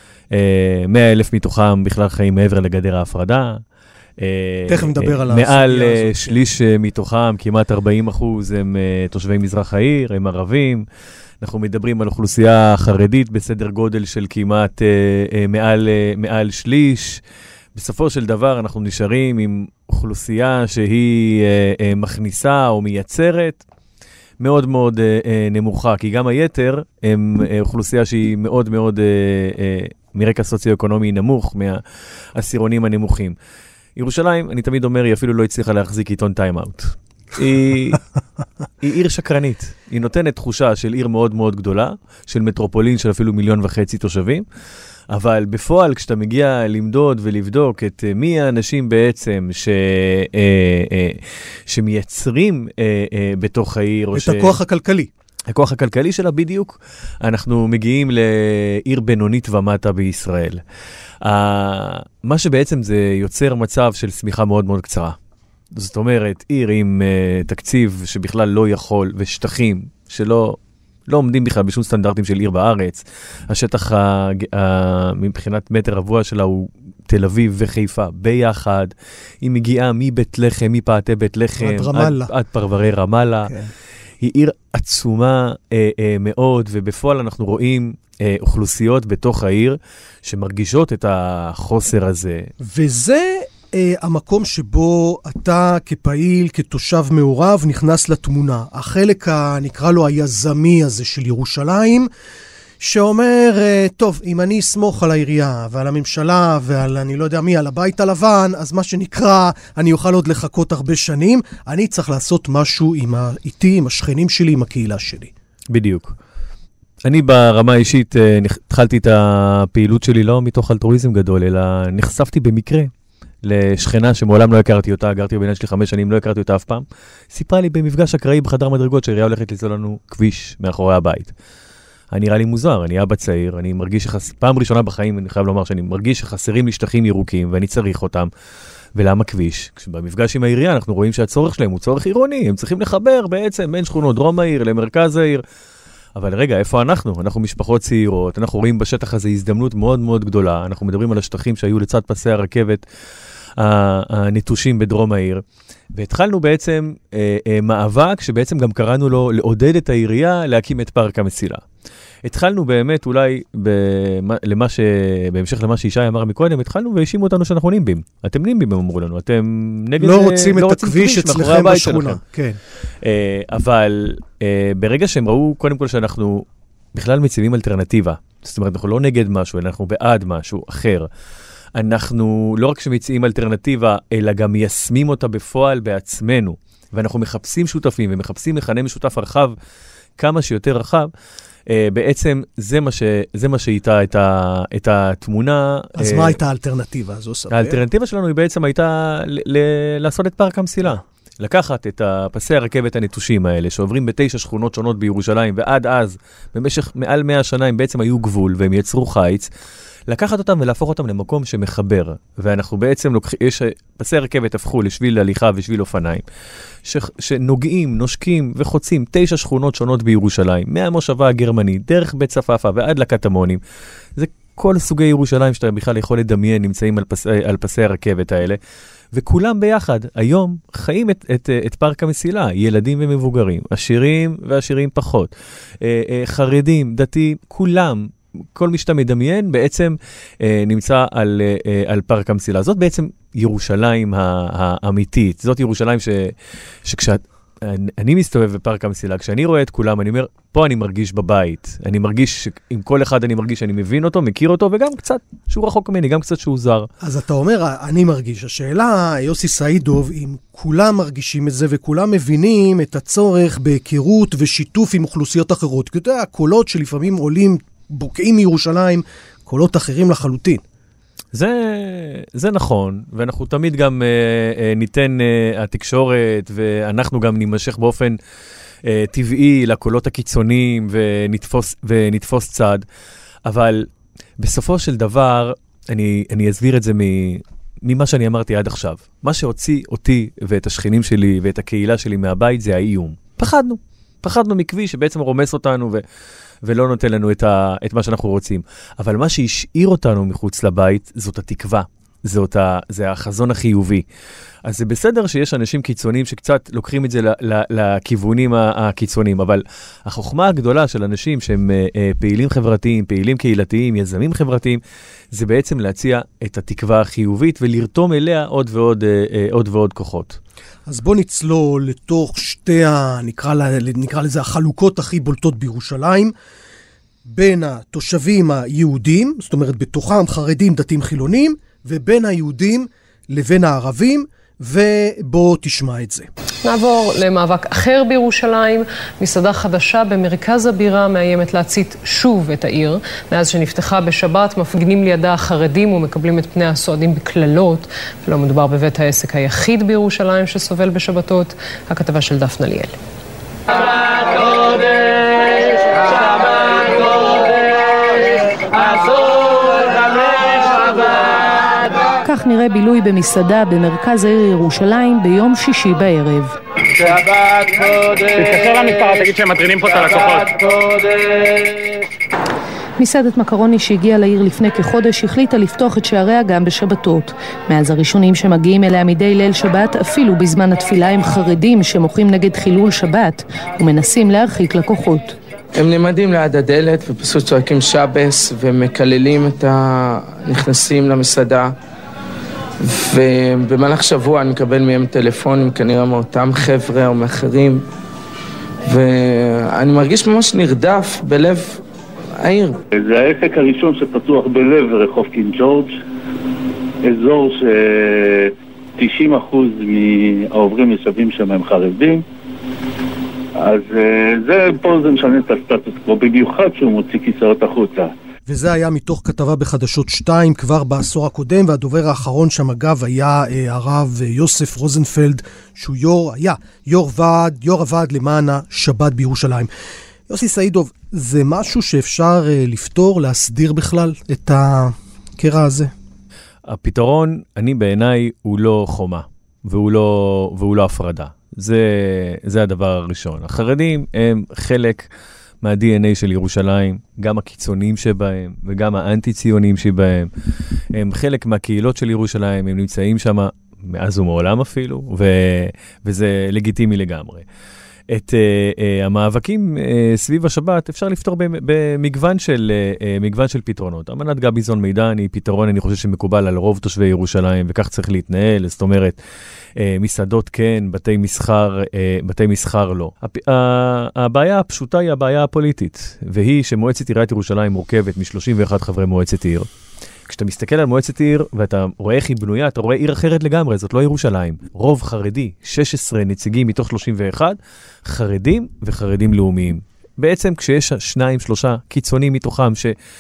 מאה אלף מתוכם בכלל חיים מעבר לגדר ההפרדה. תכף נדבר על הסוגיה הזאת. מעל שליש מתוכם, כמעט ארבעים אחוז, הם תושבי מזרח העיר, הם ערבים. אנחנו מדברים על אוכלוסייה חרדית בסדר גודל של כמעט מעל, מעל שליש. בסופו של דבר אנחנו נשארים עם אוכלוסייה שהיא מכניסה או מייצרת מאוד מאוד נמוכה, כי גם היתר הם אוכלוסייה שהיא מאוד מאוד מרקע סוציו-אקונומי נמוך, מהעשירונים הנמוכים. ירושלים, אני תמיד אומר, היא אפילו לא הצליחה להחזיק עיתון טיים-אאוט. היא, היא עיר שקרנית. היא נותנת תחושה של עיר מאוד מאוד גדולה, של מטרופולין של אפילו מיליון וחצי תושבים, אבל בפועל, כשאתה מגיע למדוד ולבדוק את מי האנשים בעצם ש, אה, אה, שמייצרים אה, אה, בתוך העיר, את הכוח ש... הכלכלי. הכוח הכלכלי שלה בדיוק, אנחנו מגיעים לעיר בינונית ומטה בישראל. מה שבעצם זה יוצר מצב של סמיכה מאוד מאוד קצרה. זאת אומרת, עיר עם uh, תקציב שבכלל לא יכול, ושטחים שלא לא עומדים בכלל בשום סטנדרטים של עיר בארץ. השטח ה, ה, מבחינת מטר רבוע שלה הוא תל אביב וחיפה ביחד. היא מגיעה מבית לחם, מפאתי בית לחם, עד רמאללה. עד, עד פרברי רמאללה. Okay. היא עיר עצומה אה, אה, מאוד, ובפועל אנחנו רואים אה, אוכלוסיות בתוך העיר שמרגישות את החוסר הזה. וזה אה, המקום שבו אתה כפעיל, כתושב מעורב, נכנס לתמונה. החלק הנקרא לו היזמי הזה של ירושלים, שאומר, טוב, אם אני אסמוך על העירייה ועל הממשלה ועל אני לא יודע מי, על הבית הלבן, אז מה שנקרא, אני אוכל עוד לחכות הרבה שנים, אני צריך לעשות משהו עם ה... איתי, עם השכנים שלי, עם הקהילה שלי. בדיוק. אני ברמה האישית התחלתי את הפעילות שלי לא מתוך אלטרואיזם גדול, אלא נחשפתי במקרה לשכנה שמעולם לא הכרתי אותה, גרתי בבניין שלי חמש שנים, לא הכרתי אותה אף פעם, סיפרה לי במפגש אקראי בחדר מדרגות שהעירייה הולכת לסלול לנו כביש מאחורי הבית. אני נראה לי מוזר, אני אבא צעיר, אני מרגיש שחס... פעם ראשונה בחיים, אני חייב לומר שאני מרגיש שחסרים לי שטחים ירוקים, ואני צריך אותם. ולמה כביש? כשבמפגש עם העירייה אנחנו רואים שהצורך שלהם הוא צורך עירוני, הם צריכים לחבר בעצם בין שכונות דרום העיר למרכז העיר. אבל רגע, איפה אנחנו? אנחנו משפחות צעירות, אנחנו רואים בשטח הזה הזדמנות מאוד מאוד גדולה, אנחנו מדברים על השטחים שהיו לצד פסי הרכבת הנטושים בדרום העיר, והתחלנו בעצם אה, אה, מאבק שבעצם גם קראנו לו לעודד את העירייה להקים את פארק המסילה. התחלנו באמת אולי במה, למה ש... בהמשך למה שישי אמר מקודם, התחלנו והאשימו אותנו שאנחנו נימבים. אתם נימבים, הם אמרו לנו, אתם נגד... לא רוצים לא את הכביש אצלכם בשכונה. כן. אה, אבל אה, ברגע שהם ראו קודם כל שאנחנו בכלל מציבים אלטרנטיבה, זאת אומרת, אנחנו לא נגד משהו, אלא אנחנו בעד משהו אחר. אנחנו לא רק שמציעים אלטרנטיבה, אלא גם מיישמים אותה בפועל בעצמנו. ואנחנו מחפשים שותפים ומחפשים מכנה משותף רחב, כמה שיותר רחב. בעצם זה מה, ש, זה מה שהייתה את, ה, את התמונה. אז מה הייתה האלטרנטיבה הזו? ספר? האלטרנטיבה שלנו היא בעצם הייתה ל, ל, לעשות את פארק המסילה. לקחת את פסי הרכבת הנטושים האלה, שעוברים בתשע שכונות שונות בירושלים, ועד אז, במשך מעל מאה שנה, הם בעצם היו גבול, והם יצרו חיץ, לקחת אותם ולהפוך אותם למקום שמחבר. ואנחנו בעצם לוקחים, יש, פסי הרכבת הפכו לשביל הליכה ושביל אופניים, ש, שנוגעים, נושקים וחוצים תשע שכונות שונות בירושלים, מהמושבה הגרמנית, דרך בית צפאפא ועד לקטמונים. זה כל סוגי ירושלים שאתה בכלל יכול לדמיין, נמצאים על, פס, על פסי הרכבת האלה, וכולם ביחד, היום, חיים את, את, את פארק המסילה, ילדים ומבוגרים, עשירים ועשירים פחות, חרדים, דתיים, כולם, כל מי שאתה מדמיין בעצם אה, נמצא על, אה, על פארק המסילה. זאת בעצם ירושלים האמיתית. זאת ירושלים ש, שכשאת, אני מסתובב בפארק המסילה, כשאני רואה את כולם, אני אומר, פה אני מרגיש בבית. אני מרגיש שעם כל אחד אני מרגיש שאני מבין אותו, מכיר אותו, וגם קצת שהוא רחוק ממני, גם קצת שהוא זר. אז אתה אומר, אני מרגיש. השאלה, יוסי סעידוב, אם כולם מרגישים את זה, וכולם מבינים את הצורך בהיכרות ושיתוף עם אוכלוסיות אחרות. כי אתה יודע, הקולות שלפעמים עולים בוקעים מירושלים, קולות אחרים לחלוטין. זה, זה נכון, ואנחנו תמיד גם אה, אה, ניתן אה, התקשורת, ואנחנו גם נמשך באופן אה, טבעי לקולות הקיצוניים, ונתפוס, ונתפוס צד. אבל בסופו של דבר, אני, אני אסביר את זה ממה שאני אמרתי עד עכשיו. מה שהוציא אותי ואת השכנים שלי ואת הקהילה שלי מהבית זה האיום. פחדנו. פחדנו מכביש שבעצם רומס אותנו ו... ולא נותן לנו את, ה... את מה שאנחנו רוצים. אבל מה שהשאיר אותנו מחוץ לבית זאת התקווה. זאת ה... זה החזון החיובי. אז זה בסדר שיש אנשים קיצוניים שקצת לוקחים את זה ל... ל... לכיוונים הקיצוניים, אבל החוכמה הגדולה של אנשים שהם אה, פעילים חברתיים, פעילים קהילתיים, יזמים חברתיים, זה בעצם להציע את התקווה החיובית ולרתום אליה עוד ועוד, אה, אה, עוד ועוד כוחות. אז בוא נצלול לתוך שתי, ה... נקרא, לה... נקרא לזה החלוקות הכי בולטות בירושלים, בין התושבים היהודים, זאת אומרת בתוכם חרדים, דתיים, חילונים, ובין היהודים לבין הערבים, ובוא תשמע את זה. נעבור למאבק אחר בירושלים. מסעדה חדשה במרכז הבירה מאיימת להצית שוב את העיר. מאז שנפתחה בשבת מפגינים לידה החרדים ומקבלים את פני הסועדים בכללות. ולא מדובר בבית העסק היחיד בירושלים שסובל בשבתות. הכתבה של דפנה ליאל. שבת קודש, שבת קודש, אסור חמש שבת. כך נראה בילוי במסעדה במרכז העיר ירושלים ביום שישי בערב. שבת קודש. תתקשר למשטרה, תגיד שהם מטרידים פה את הלקוחות. שבת קודש. מסעדת מקרוני שהגיעה לעיר לפני כחודש החליטה לפתוח את שעריה גם בשבתות. מאז הראשונים שמגיעים אליה מדי ליל שבת, אפילו בזמן התפילה הם חרדים שמוחים נגד חילול שבת ומנסים להרחיק לקוחות. הם נעמדים ליד הדלת ופשוט צועקים שבס ומקללים את הנכנסים למסעדה. ובמהלך שבוע אני מקבל מהם טלפונים כנראה מאותם חבר'ה או מאחרים. ואני מרגיש ממש נרדף בלב העיר. זה העסק הראשון שפתוח בלב רחוב קינג ג'ורג', אזור ש-תשעים אחוז מהעוברים ישבים שם הם חרדים. אז זה, פה זה משנה את הסטטוס קוו, במיוחד שהוא מוציא כיסאות החוצה. וזה היה מתוך כתבה בחדשות שתיים כבר בעשור הקודם, והדובר האחרון שם אגב היה אה, הרב יוסף רוזנפלד, שהוא יור, היה יור ועד, יור הוועד למען השבת בירושלים. יוסי סעידוב, זה משהו שאפשר אה, לפתור, להסדיר בכלל את הקרע הזה? הפתרון, אני בעיניי, הוא לא חומה, והוא לא, והוא לא הפרדה. זה, זה הדבר הראשון. החרדים הם חלק מה-די אן איי של ירושלים, גם הקיצונים שבהם וגם האנטי-ציונים שבהם. הם חלק מהקהילות של ירושלים, הם נמצאים שם מאז ומעולם אפילו, ו, וזה לגיטימי לגמרי. את uh, uh, המאבקים uh, סביב השבת אפשר לפתור במגוון של, uh, מגוון של פתרונות. אמנת גביזון מידן היא פתרון, אני חושב שמקובל על רוב תושבי ירושלים, וכך צריך להתנהל. זאת אומרת, uh, מסעדות כן, בתי מסחר, uh, בתי מסחר לא. הפ... Uh, הבעיה הפשוטה היא הבעיה הפוליטית, והיא שמועצת עיריית ירושלים מורכבת מ-שלושים ואחד חברי מועצת עיר. כשאתה מסתכל על מועצת עיר ואתה רואה איך היא בנויה, אתה רואה עיר אחרת לגמרי, זאת לא ירושלים. רוב חרדי, שש עשרה נציגים מתוך שלושים ואחד, חרדים וחרדים לאומיים. בעצם כשיש שניים, שלושה קיצונים מתוכם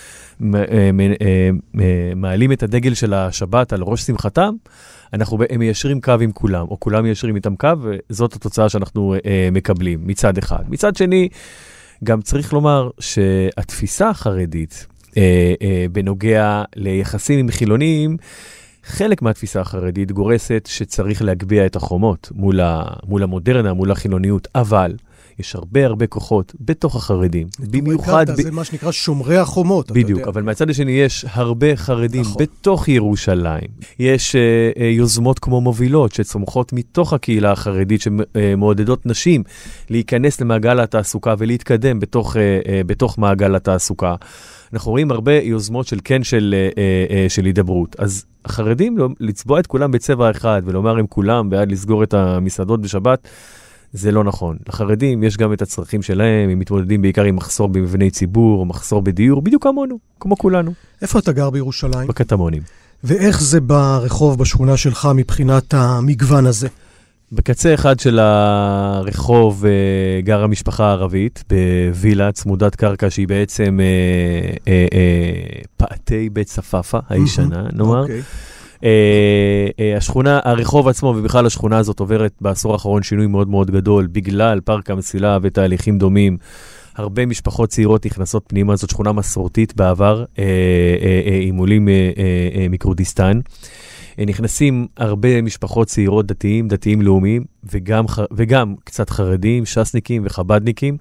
שמעלים את הדגל של השבת על ראש שמחתם, אנחנו מיישרים קו עם כולם, או כולם מיישרים איתם קו, וזאת התוצאה שאנחנו מקבלים מצד אחד. מצד שני, גם צריך לומר שהתפיסה החרדית, אה, אה, בנוגע ליחסים עם חילונים, חלק מהתפיסה החרדית גורסת שצריך להגביה את החומות מול, ה, מול המודרנה, מול החילוניות, אבל יש הרבה הרבה כוחות בתוך החרדים. במיוחד... ב... זה מה שנקרא שומרי החומות. בדיוק, אבל מהצד השני יש הרבה חרדים נכון. בתוך ירושלים. יש uh, uh, יוזמות כמו מובילות שצומחות מתוך הקהילה החרדית שמעודדות נשים להיכנס למעגל התעסוקה ולהתקדם בתוך, uh, uh, בתוך מעגל התעסוקה. אנחנו רואים הרבה יוזמות של כן של, uh, uh, של הידברות. אז החרדים לצבוע את כולם בצבע אחד ולומר עם כולם בעד לסגור את המסעדות בשבת, זה לא נכון. לחרדים יש גם את הצרכים שלהם, הם מתמודדים בעיקר עם מחסור במבני ציבור, או מחסור בדיור, בדיוק כמונו, כמו כולנו. איפה אתה גר בירושלים? בקטמונים. ואיך זה ברחוב, בשכונה שלך, מבחינת המגוון הזה? בקצה אחד של הרחוב גרה משפחה ערבית, בווילה צמודת קרקע, שהיא בעצם אה, אה, אה, פעתי בית ספאפה, הישנה, נאמר. אוקיי. Uh, uh, השכונה, הרחוב עצמו ובכלל השכונה הזאת עוברת בעשור האחרון שינוי מאוד מאוד גדול בגלל פארק המסילה ותהליכים דומים. הרבה משפחות צעירות נכנסות פנימה, זאת שכונה מסורתית בעבר, אה, אה, אה, עם עולים אה, אה, מכורדיסטן. אה, נכנסים הרבה משפחות צעירות דתיים, דתיים לאומיים, וגם, וגם קצת חרדים, שסניקים וחבדניקים,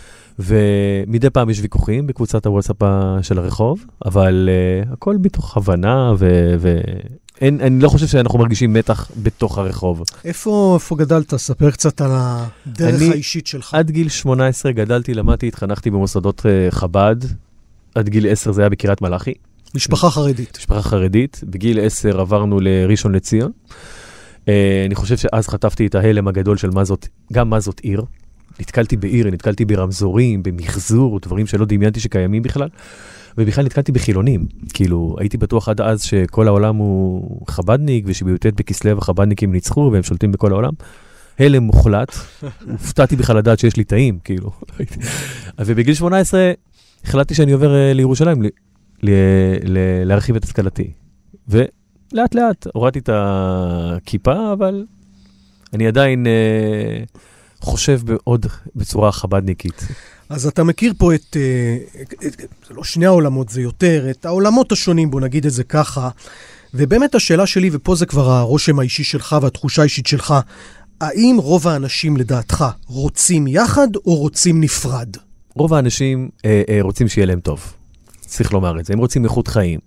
ומדי פעם יש ויכוחים בקבוצת הוואטסאפ של הרחוב, אבל uh, הכל בתוך הבנה, ואני לא חושב שאנחנו מרגישים מתח בתוך הרחוב. איפה, איפה גדלת? ספר קצת על הדרך אני, האישית שלך. עד גיל שמונה עשרה גדלתי, למדתי, התחנכתי במוסדות uh, חב"ד, עד גיל עשר זה היה בקריית מלאכי. משפחה חרדית. משפחה חרדית, בגיל עשר עברנו לראשון לציון. Uh, אני חושב שאז חטפתי את ההלם הגדול של מה זאת, גם מה זאת עיר. נתקלתי בעיר, נתקלתי ברמזורים, במחזור, דברים שלא דמיינתי שקיימים בכלל, ובכלל נתקלתי בחילונים. כאילו, הייתי בטוח עד אז שכל העולם הוא חבדניק, ושבי"ט בכסלו החבדניקים ניצחו, והם שולטים בכל העולם. הלם מוחלט. הופתעתי בכלל לדעת שיש לי טעים, כאילו. ובגיל שמונה עשרה החלטתי שאני עובר לירושלים, להרחיב את השכלתי. ולאט לאט הורדתי את הכיפה, אבל אני עדיין חושב בעוד בצורה חבדניקית. אז אתה מכיר פה את, זה לא שני העולמות, זה יותר, את העולמות השונים, בוא נגיד את זה ככה, ובאמת השאלה שלי, ופה זה כבר הרושם האישי שלך והתחושה האישית שלך, האם רוב האנשים לדעתך רוצים יחד או רוצים נפרד? רוב האנשים אה, אה, רוצים שיהיה להם טוב. צריך לומר את זה. הם רוצים איכות חיים.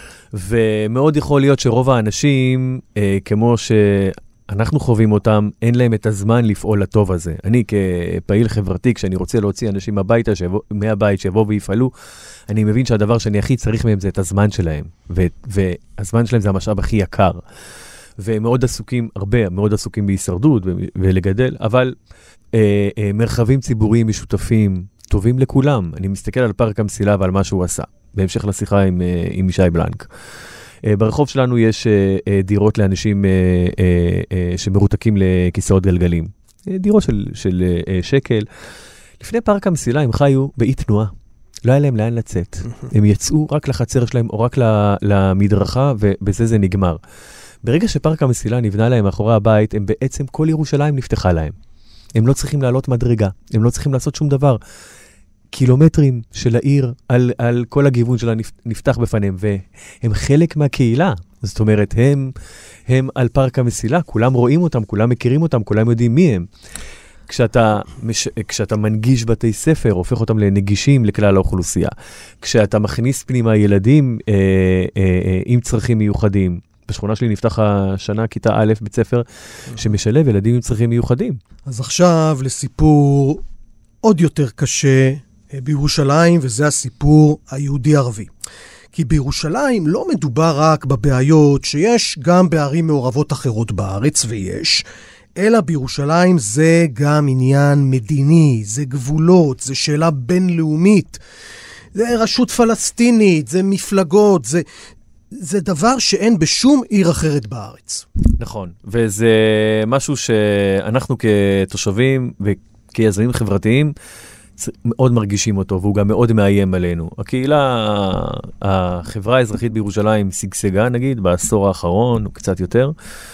ומאוד יכול להיות שרוב האנשים, אה, כמו שאנחנו חווים אותם, אין להם את הזמן לפעול לטוב הזה. אני כפעיל חברתי, כשאני רוצה להוציא אנשים הביתה, שיבוא, מהבית שיבואו ויפעלו, אני מבין שהדבר שאני הכי צריך מהם זה את הזמן שלהם. ו- והזמן שלהם זה המשאב הכי יקר. והם מאוד עסוקים, הרבה, מאוד עסוקים בהישרדות ו- ולגדל, אבל אה, אה, מרחבים ציבוריים משותפים, טובים לכולם. אני מסתכל על פארק המסילה ועל מה שהוא עשה, בהמשך לשיחה עם, אה, עם ישי בלנק. אה, ברחוב שלנו יש אה, אה, דירות לאנשים אה, אה, אה, שמרותקים לכיסאות גלגלים. אה, דירות של, של אה, שקל. לפני פארק המסילה הם חיו באי תנועה. לא היה להם לאן לצאת. הם יצאו רק לחצר שלהם או רק למדרכה, ובזה זה נגמר. ברגע שפארק המסילה נבנה להם מאחורי הבית, הם בעצם כל ירושלים נפתחה להם. הם לא צריכים לעלות מדרגה, הם לא צריכים לעשות שום דבר. קילומטרים של העיר על, על כל הגיוון שלה נפתח בפניהם, והם חלק מהקהילה. זאת אומרת, הם, הם על פארק המסילה, כולם רואים אותם, כולם מכירים אותם, כולם יודעים מי הם. כשאתה, כשאתה מנגיש בתי ספר, הופך אותם לנגישים לכלל האוכלוסייה. כשאתה מכניס פנימה ילדים אה, אה, אה, עם צרכים מיוחדים, בשכונה שלי נפתח השנה כיתה א' בית ספר שמשלב ילדים עם צרכים מיוחדים. אז עכשיו לסיפור עוד יותר קשה בירושלים, וזה הסיפור היהודי-ערבי. כי בירושלים לא מדובר רק בבעיות שיש גם בערים מעורבות אחרות בארץ, ויש, אלא בירושלים זה גם עניין מדיני, זה גבולות, זה שאלה בינלאומית, זה רשות פלסטינית, זה מפלגות, זה... זה דבר שאין בשום עיר אחרת בארץ. נכון, וזה משהו שאנחנו כתושבים וכיזמים חברתיים מאוד מרגישים אותו, והוא גם מאוד מאיים עלינו. הקהילה, החברה האזרחית בירושלים סגסגה, נגיד, בעשור האחרון, או קצת יותר,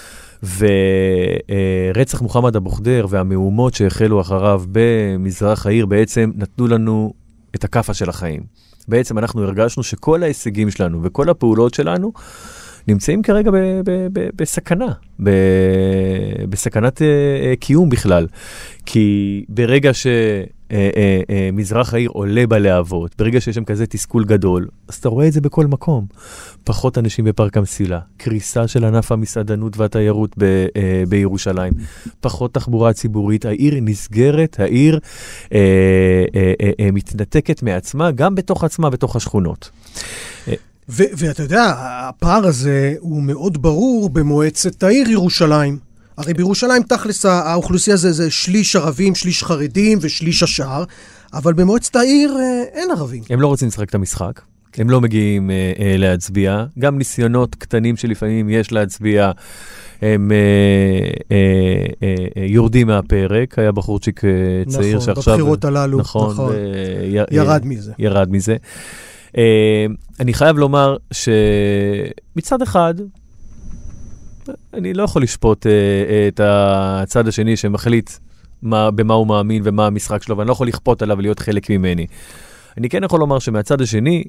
ורצח מוחמד אבו ח'דיר והמהומות שהחלו אחריו במזרח העיר בעצם נתנו לנו את הכאפה של החיים. בעצם אנחנו הרגשנו שכל ההישגים שלנו וכל הפעולות שלנו נמצאים כרגע ב- ב- ב- בסכנה, ב- בסכנת uh, uh, קיום בכלל. כי ברגע שמזרח uh, uh, uh, העיר עולה בלהבות, ברגע שיש שם כזה תסכול גדול, אז אתה רואה את זה בכל מקום. פחות אנשים בפארק המסילה, קריסה של ענף המסעדנות והתיירות ב- uh, בירושלים, פחות תחבורה ציבורית, העיר נסגרת, העיר uh, uh, uh, uh, מתנתקת מעצמה, גם בתוך עצמה, בתוך השכונות. ו- ואתה יודע, הפער הזה הוא מאוד ברור במועצת העיר ירושלים. הרי בירושלים תכלס האוכלוסייה זה, זה שליש ערבים, שליש חרדים ושליש השאר, אבל במועצת העיר אה, אין ערבים. הם לא רוצים לשחק את המשחק, הם לא מגיעים אה, אה, להצביע, גם ניסיונות קטנים שלפעמים יש להצביע, הם אה, אה, אה, אה, יורדים מהפרק, היה בחורצ'יק אה, צעיר נכון, שעכשיו... בבחירות הללו, נכון, נכון. ו... י... ירד מזה. ירד מזה. Uh, אני חייב לומר שמצד אחד, אני לא יכול לשפוט uh, את הצד השני שמחליט מה, במה הוא מאמין ומה המשחק שלו, ואני לא יכול לכפות עליו להיות חלק ממני. אני כן יכול לומר שמהצד השני,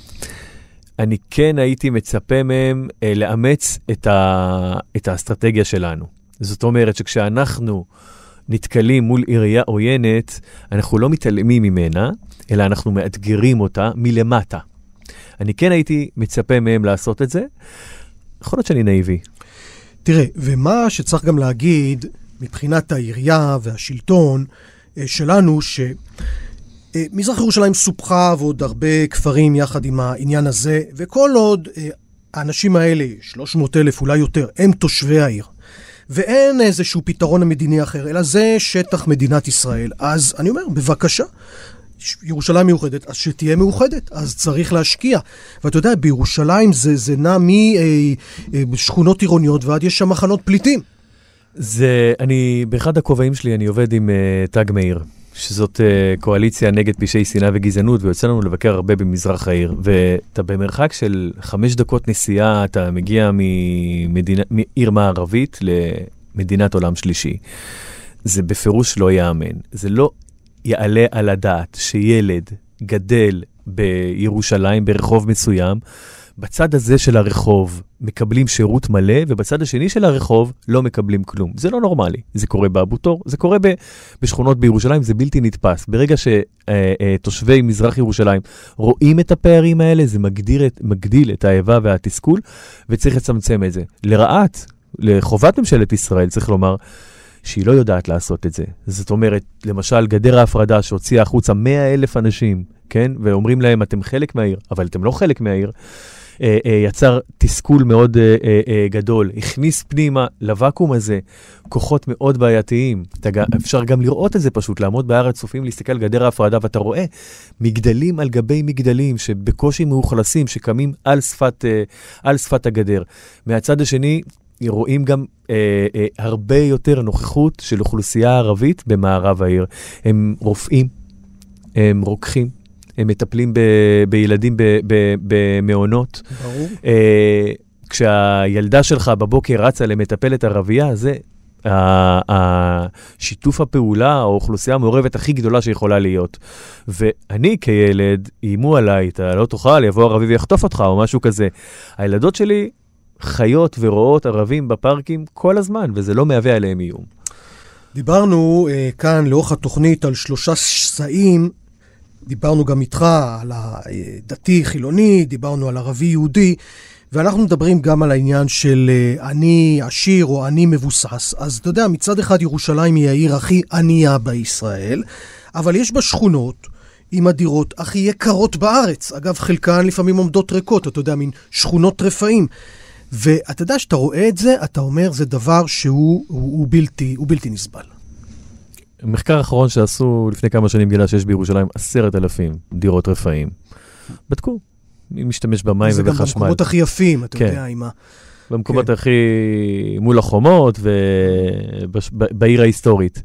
אני כן הייתי מצפה מהם אה, לאמץ את, ה, את האסטרטגיה שלנו. זאת אומרת שכשאנחנו נתקלים מול עירייה עוינת, אנחנו לא מתעלמים ממנה, אלא אנחנו מאתגרים אותה מלמטה. אני כן הייתי מצפה מהם לעשות את זה. יכול להיות שאני נאיבי. תראה, ומה שצריך גם להגיד, מבחינת העירייה והשלטון שלנו, שמזרח ירושלים סופחה ועוד הרבה כפרים יחד עם העניין הזה, וכל עוד האנשים האלה, שלוש מאות אלף אולי יותר, הם תושבי העיר, ואין איזשהו פתרון המדיני אחר, אלא זה שטח מדינת ישראל. אז אני אומר, בבקשה, ירושלים מאוחדת, אז שתהיה מאוחדת, אז צריך להשקיע. ואתה יודע, בירושלים זה, זה נע משכונות עירוניות ועד יש שם מחנות פליטים. זה, אני, באחד הכובעים שלי אני עובד עם uh, תג מאיר, שזאת uh, קואליציה נגד פשעי שנאה וגזענות, ויוצא לנו לבקר הרבה במזרח העיר, ואתה במרחק של חמש דקות נסיעה, אתה מגיע ממדינה, מעיר מערבית למדינת עולם שלישי. זה בפירוש לא יאמן. זה לא יעלה על הדעת שילד גדל בירושלים ברחוב מסוים, בצד הזה של הרחוב מקבלים שירות מלא, ובצד השני של הרחוב לא מקבלים כלום. זה לא נורמלי. זה קורה באבו תור, זה קורה ב- בשכונות בירושלים, זה בלתי נתפס. ברגע שתושבי מזרח ירושלים רואים את הפערים האלה, זה מגדיר את, מגדיל את האהבה והתסכול, וצריך לצמצם את זה. לרעת, לחובת ממשלת ישראל, צריך לומר, שהיא לא יודעת לעשות את זה. זאת אומרת, למשל, גדר ההפרדה שהוציאה החוצה מאה אלף אנשים, כן? ואומרים להם, אתם חלק מהעיר, אבל אתם לא חלק מהעיר, אה, אה, יצר תסכול מאוד אה, אה, גדול, הכניס פנימה לוואקום הזה כוחות מאוד בעייתיים. אתה, אפשר גם לראות את זה פשוט, לעמוד בהר הצופים, להסתכל על גדר ההפרדה, ואתה רואה מגדלים על גבי מגדלים, שבקושי מאוכלסים, שקמים על שפת, אה, על שפת הגדר. מהצד השני, רואים גם אה, אה, הרבה יותר נוכחות של אוכלוסייה ערבית במערב העיר. הם רופאים, הם רוקחים, הם מטפלים ב, בילדים ב, ב, במעונות. ברור. אה, כשהילדה שלך בבוקר רצה למטפלת ערבייה, זה השיתוף הפעולה, האוכלוסייה המעורבת הכי גדולה שיכולה להיות. ואני כילד, אימו עליי, אתה לא תוכל, יבוא ערבי ויחטוף אותך או משהו כזה. הילדות שלי חיות ורואות ערבים בפארקים כל הזמן, וזה לא מהווה עליהם איום. דיברנו uh, כאן לאורך התוכנית על שלושה שסעים, דיברנו גם איתך על הדתי חילוני, דיברנו על ערבי יהודי, ואנחנו מדברים גם על העניין של uh, אני עשיר או אני מבוסס. אז אתה יודע, מצד אחד ירושלים היא העיר הכי ענייה בישראל, אבל יש בה שכונות עם הדירות הכי יקרות בארץ. אגב, חלקן לפעמים עומדות ריקות, אתה יודע, מין שכונות רפאים. ואתה יודע, שאתה רואה את זה, אתה אומר, זה דבר שהוא הוא, הוא בלתי, הוא בלתי נסבל. מחקר האחרון שעשו לפני כמה שנים גילה שיש בירושלים עשרת אלפים דירות רפאים. בדקו, מי משתמש במים ובחשמל. זה גם במקומות הכי יפים, אתה כן. יודע, עם ה... במקומות כן. הכי מול החומות ובעיר ההיסטורית.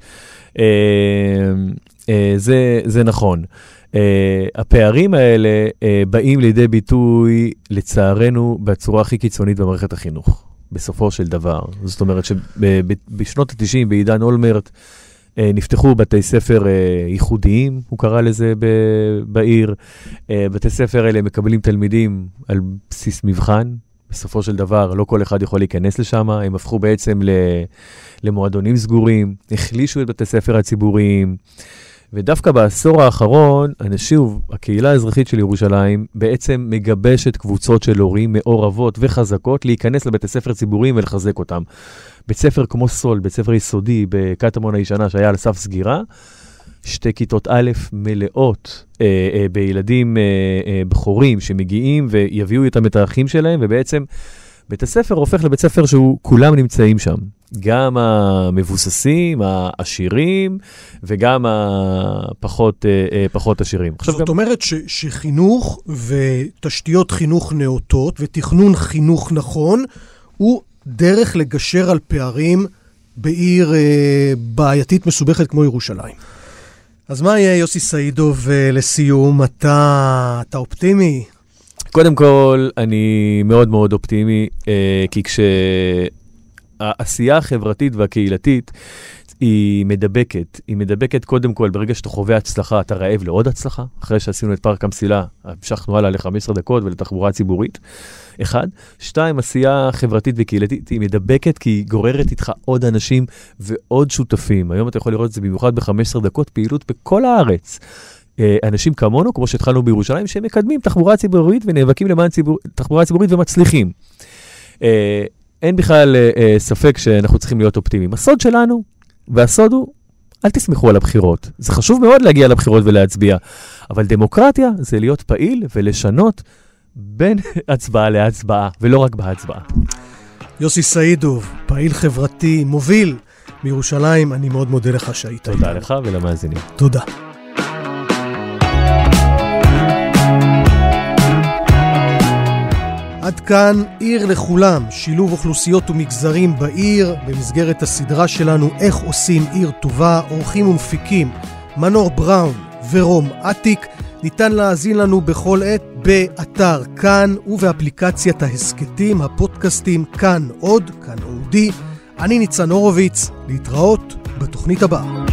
זה, זה נכון. Uh, הפערים האלה uh, באים לידי ביטוי, לצערנו, בצורה הכי קיצונית במערכת החינוך, בסופו של דבר. זאת אומרת שבשנות ה-תשעים, בעידן אולמרט, uh, נפתחו בתי ספר uh, ייחודיים, הוא קרא לזה ב- בעיר. Uh, בתי ספר האלה מקבלים תלמידים על בסיס מבחן, בסופו של דבר לא כל אחד יכול להיכנס לשם, הם הפכו בעצם ל- למועדונים סגורים, החלישו את בתי ספר הציבוריים, ודווקא בעשור האחרון, שוב, הקהילה האזרחית של ירושלים בעצם מגבשת קבוצות של הורים מעורבות וחזקות להיכנס לבתי ספר ציבוריים ולחזק אותם. בית ספר כמו סול, בית ספר יסודי בקטמון הישנה שהיה על סף סגירה, שתי כיתות א' מלאות אה, אה, בילדים אה, אה, בחורים שמגיעים ויביאו איתם את האחים שלהם, ובעצם בית הספר הופך לבית ספר שהוא כולם נמצאים שם. גם המבוססים, העשירים, וגם הפחות פחות עשירים. זאת גם... אומרת ש, שחינוך ותשתיות חינוך נאותות ותכנון חינוך נכון, הוא דרך לגשר על פערים בעיר אה, בעייתית מסובכת כמו ירושלים. אז מה יהיה, יוסי סעידוב, לסיום? אתה, אתה אופטימי? קודם כל, אני מאוד מאוד אופטימי, אה, כי כש... העשייה החברתית והקהילתית היא מדבקת. היא מדבקת קודם כל, ברגע שאתה חווה הצלחה, אתה רעב לעוד הצלחה. אחרי שעשינו את פארק המסילה, המשכנו הלאה ל-חמש עשרה דקות ולתחבורה ציבורית. אחד. שתיים, עשייה חברתית וקהילתית, היא מדבקת כי היא גוררת איתך עוד אנשים ועוד שותפים. היום אתה יכול לראות את זה במיוחד ב-חמש עשרה דקות, פעילות בכל הארץ. אנשים כמונו, כמו שהתחלנו בירושלים, שהם מקדמים תחבורה ציבורית ונאבקים למען ציבור, תחבורה ציבורית ומצליחים. אין בכלל ספק שאנחנו צריכים להיות אופטימיים. הסוד שלנו, והסוד הוא, אל תסמכו על הבחירות. זה חשוב מאוד להגיע לבחירות ולהצביע, אבל דמוקרטיה זה להיות פעיל ולשנות בין הצבעה להצבעה, ולא רק בהצבעה. יוסי סעידוב, פעיל חברתי, מוביל מירושלים, אני מאוד מודה לך שהיית. תודה לך ולמאזינים. תודה. עד כאן עיר לכולם, שילוב אוכלוסיות ומגזרים בעיר, במסגרת הסדרה שלנו איך עושים עיר טובה, אורחים ומפיקים מנור בראון ורום עתיק. ניתן להאזין לנו בכל עת באתר כאן ובאפליקציית ההסקטים, הפודקאסטים כאן עוד, כאן אודי. אני ניצן הורוביץ, להתראות בתוכנית הבאה.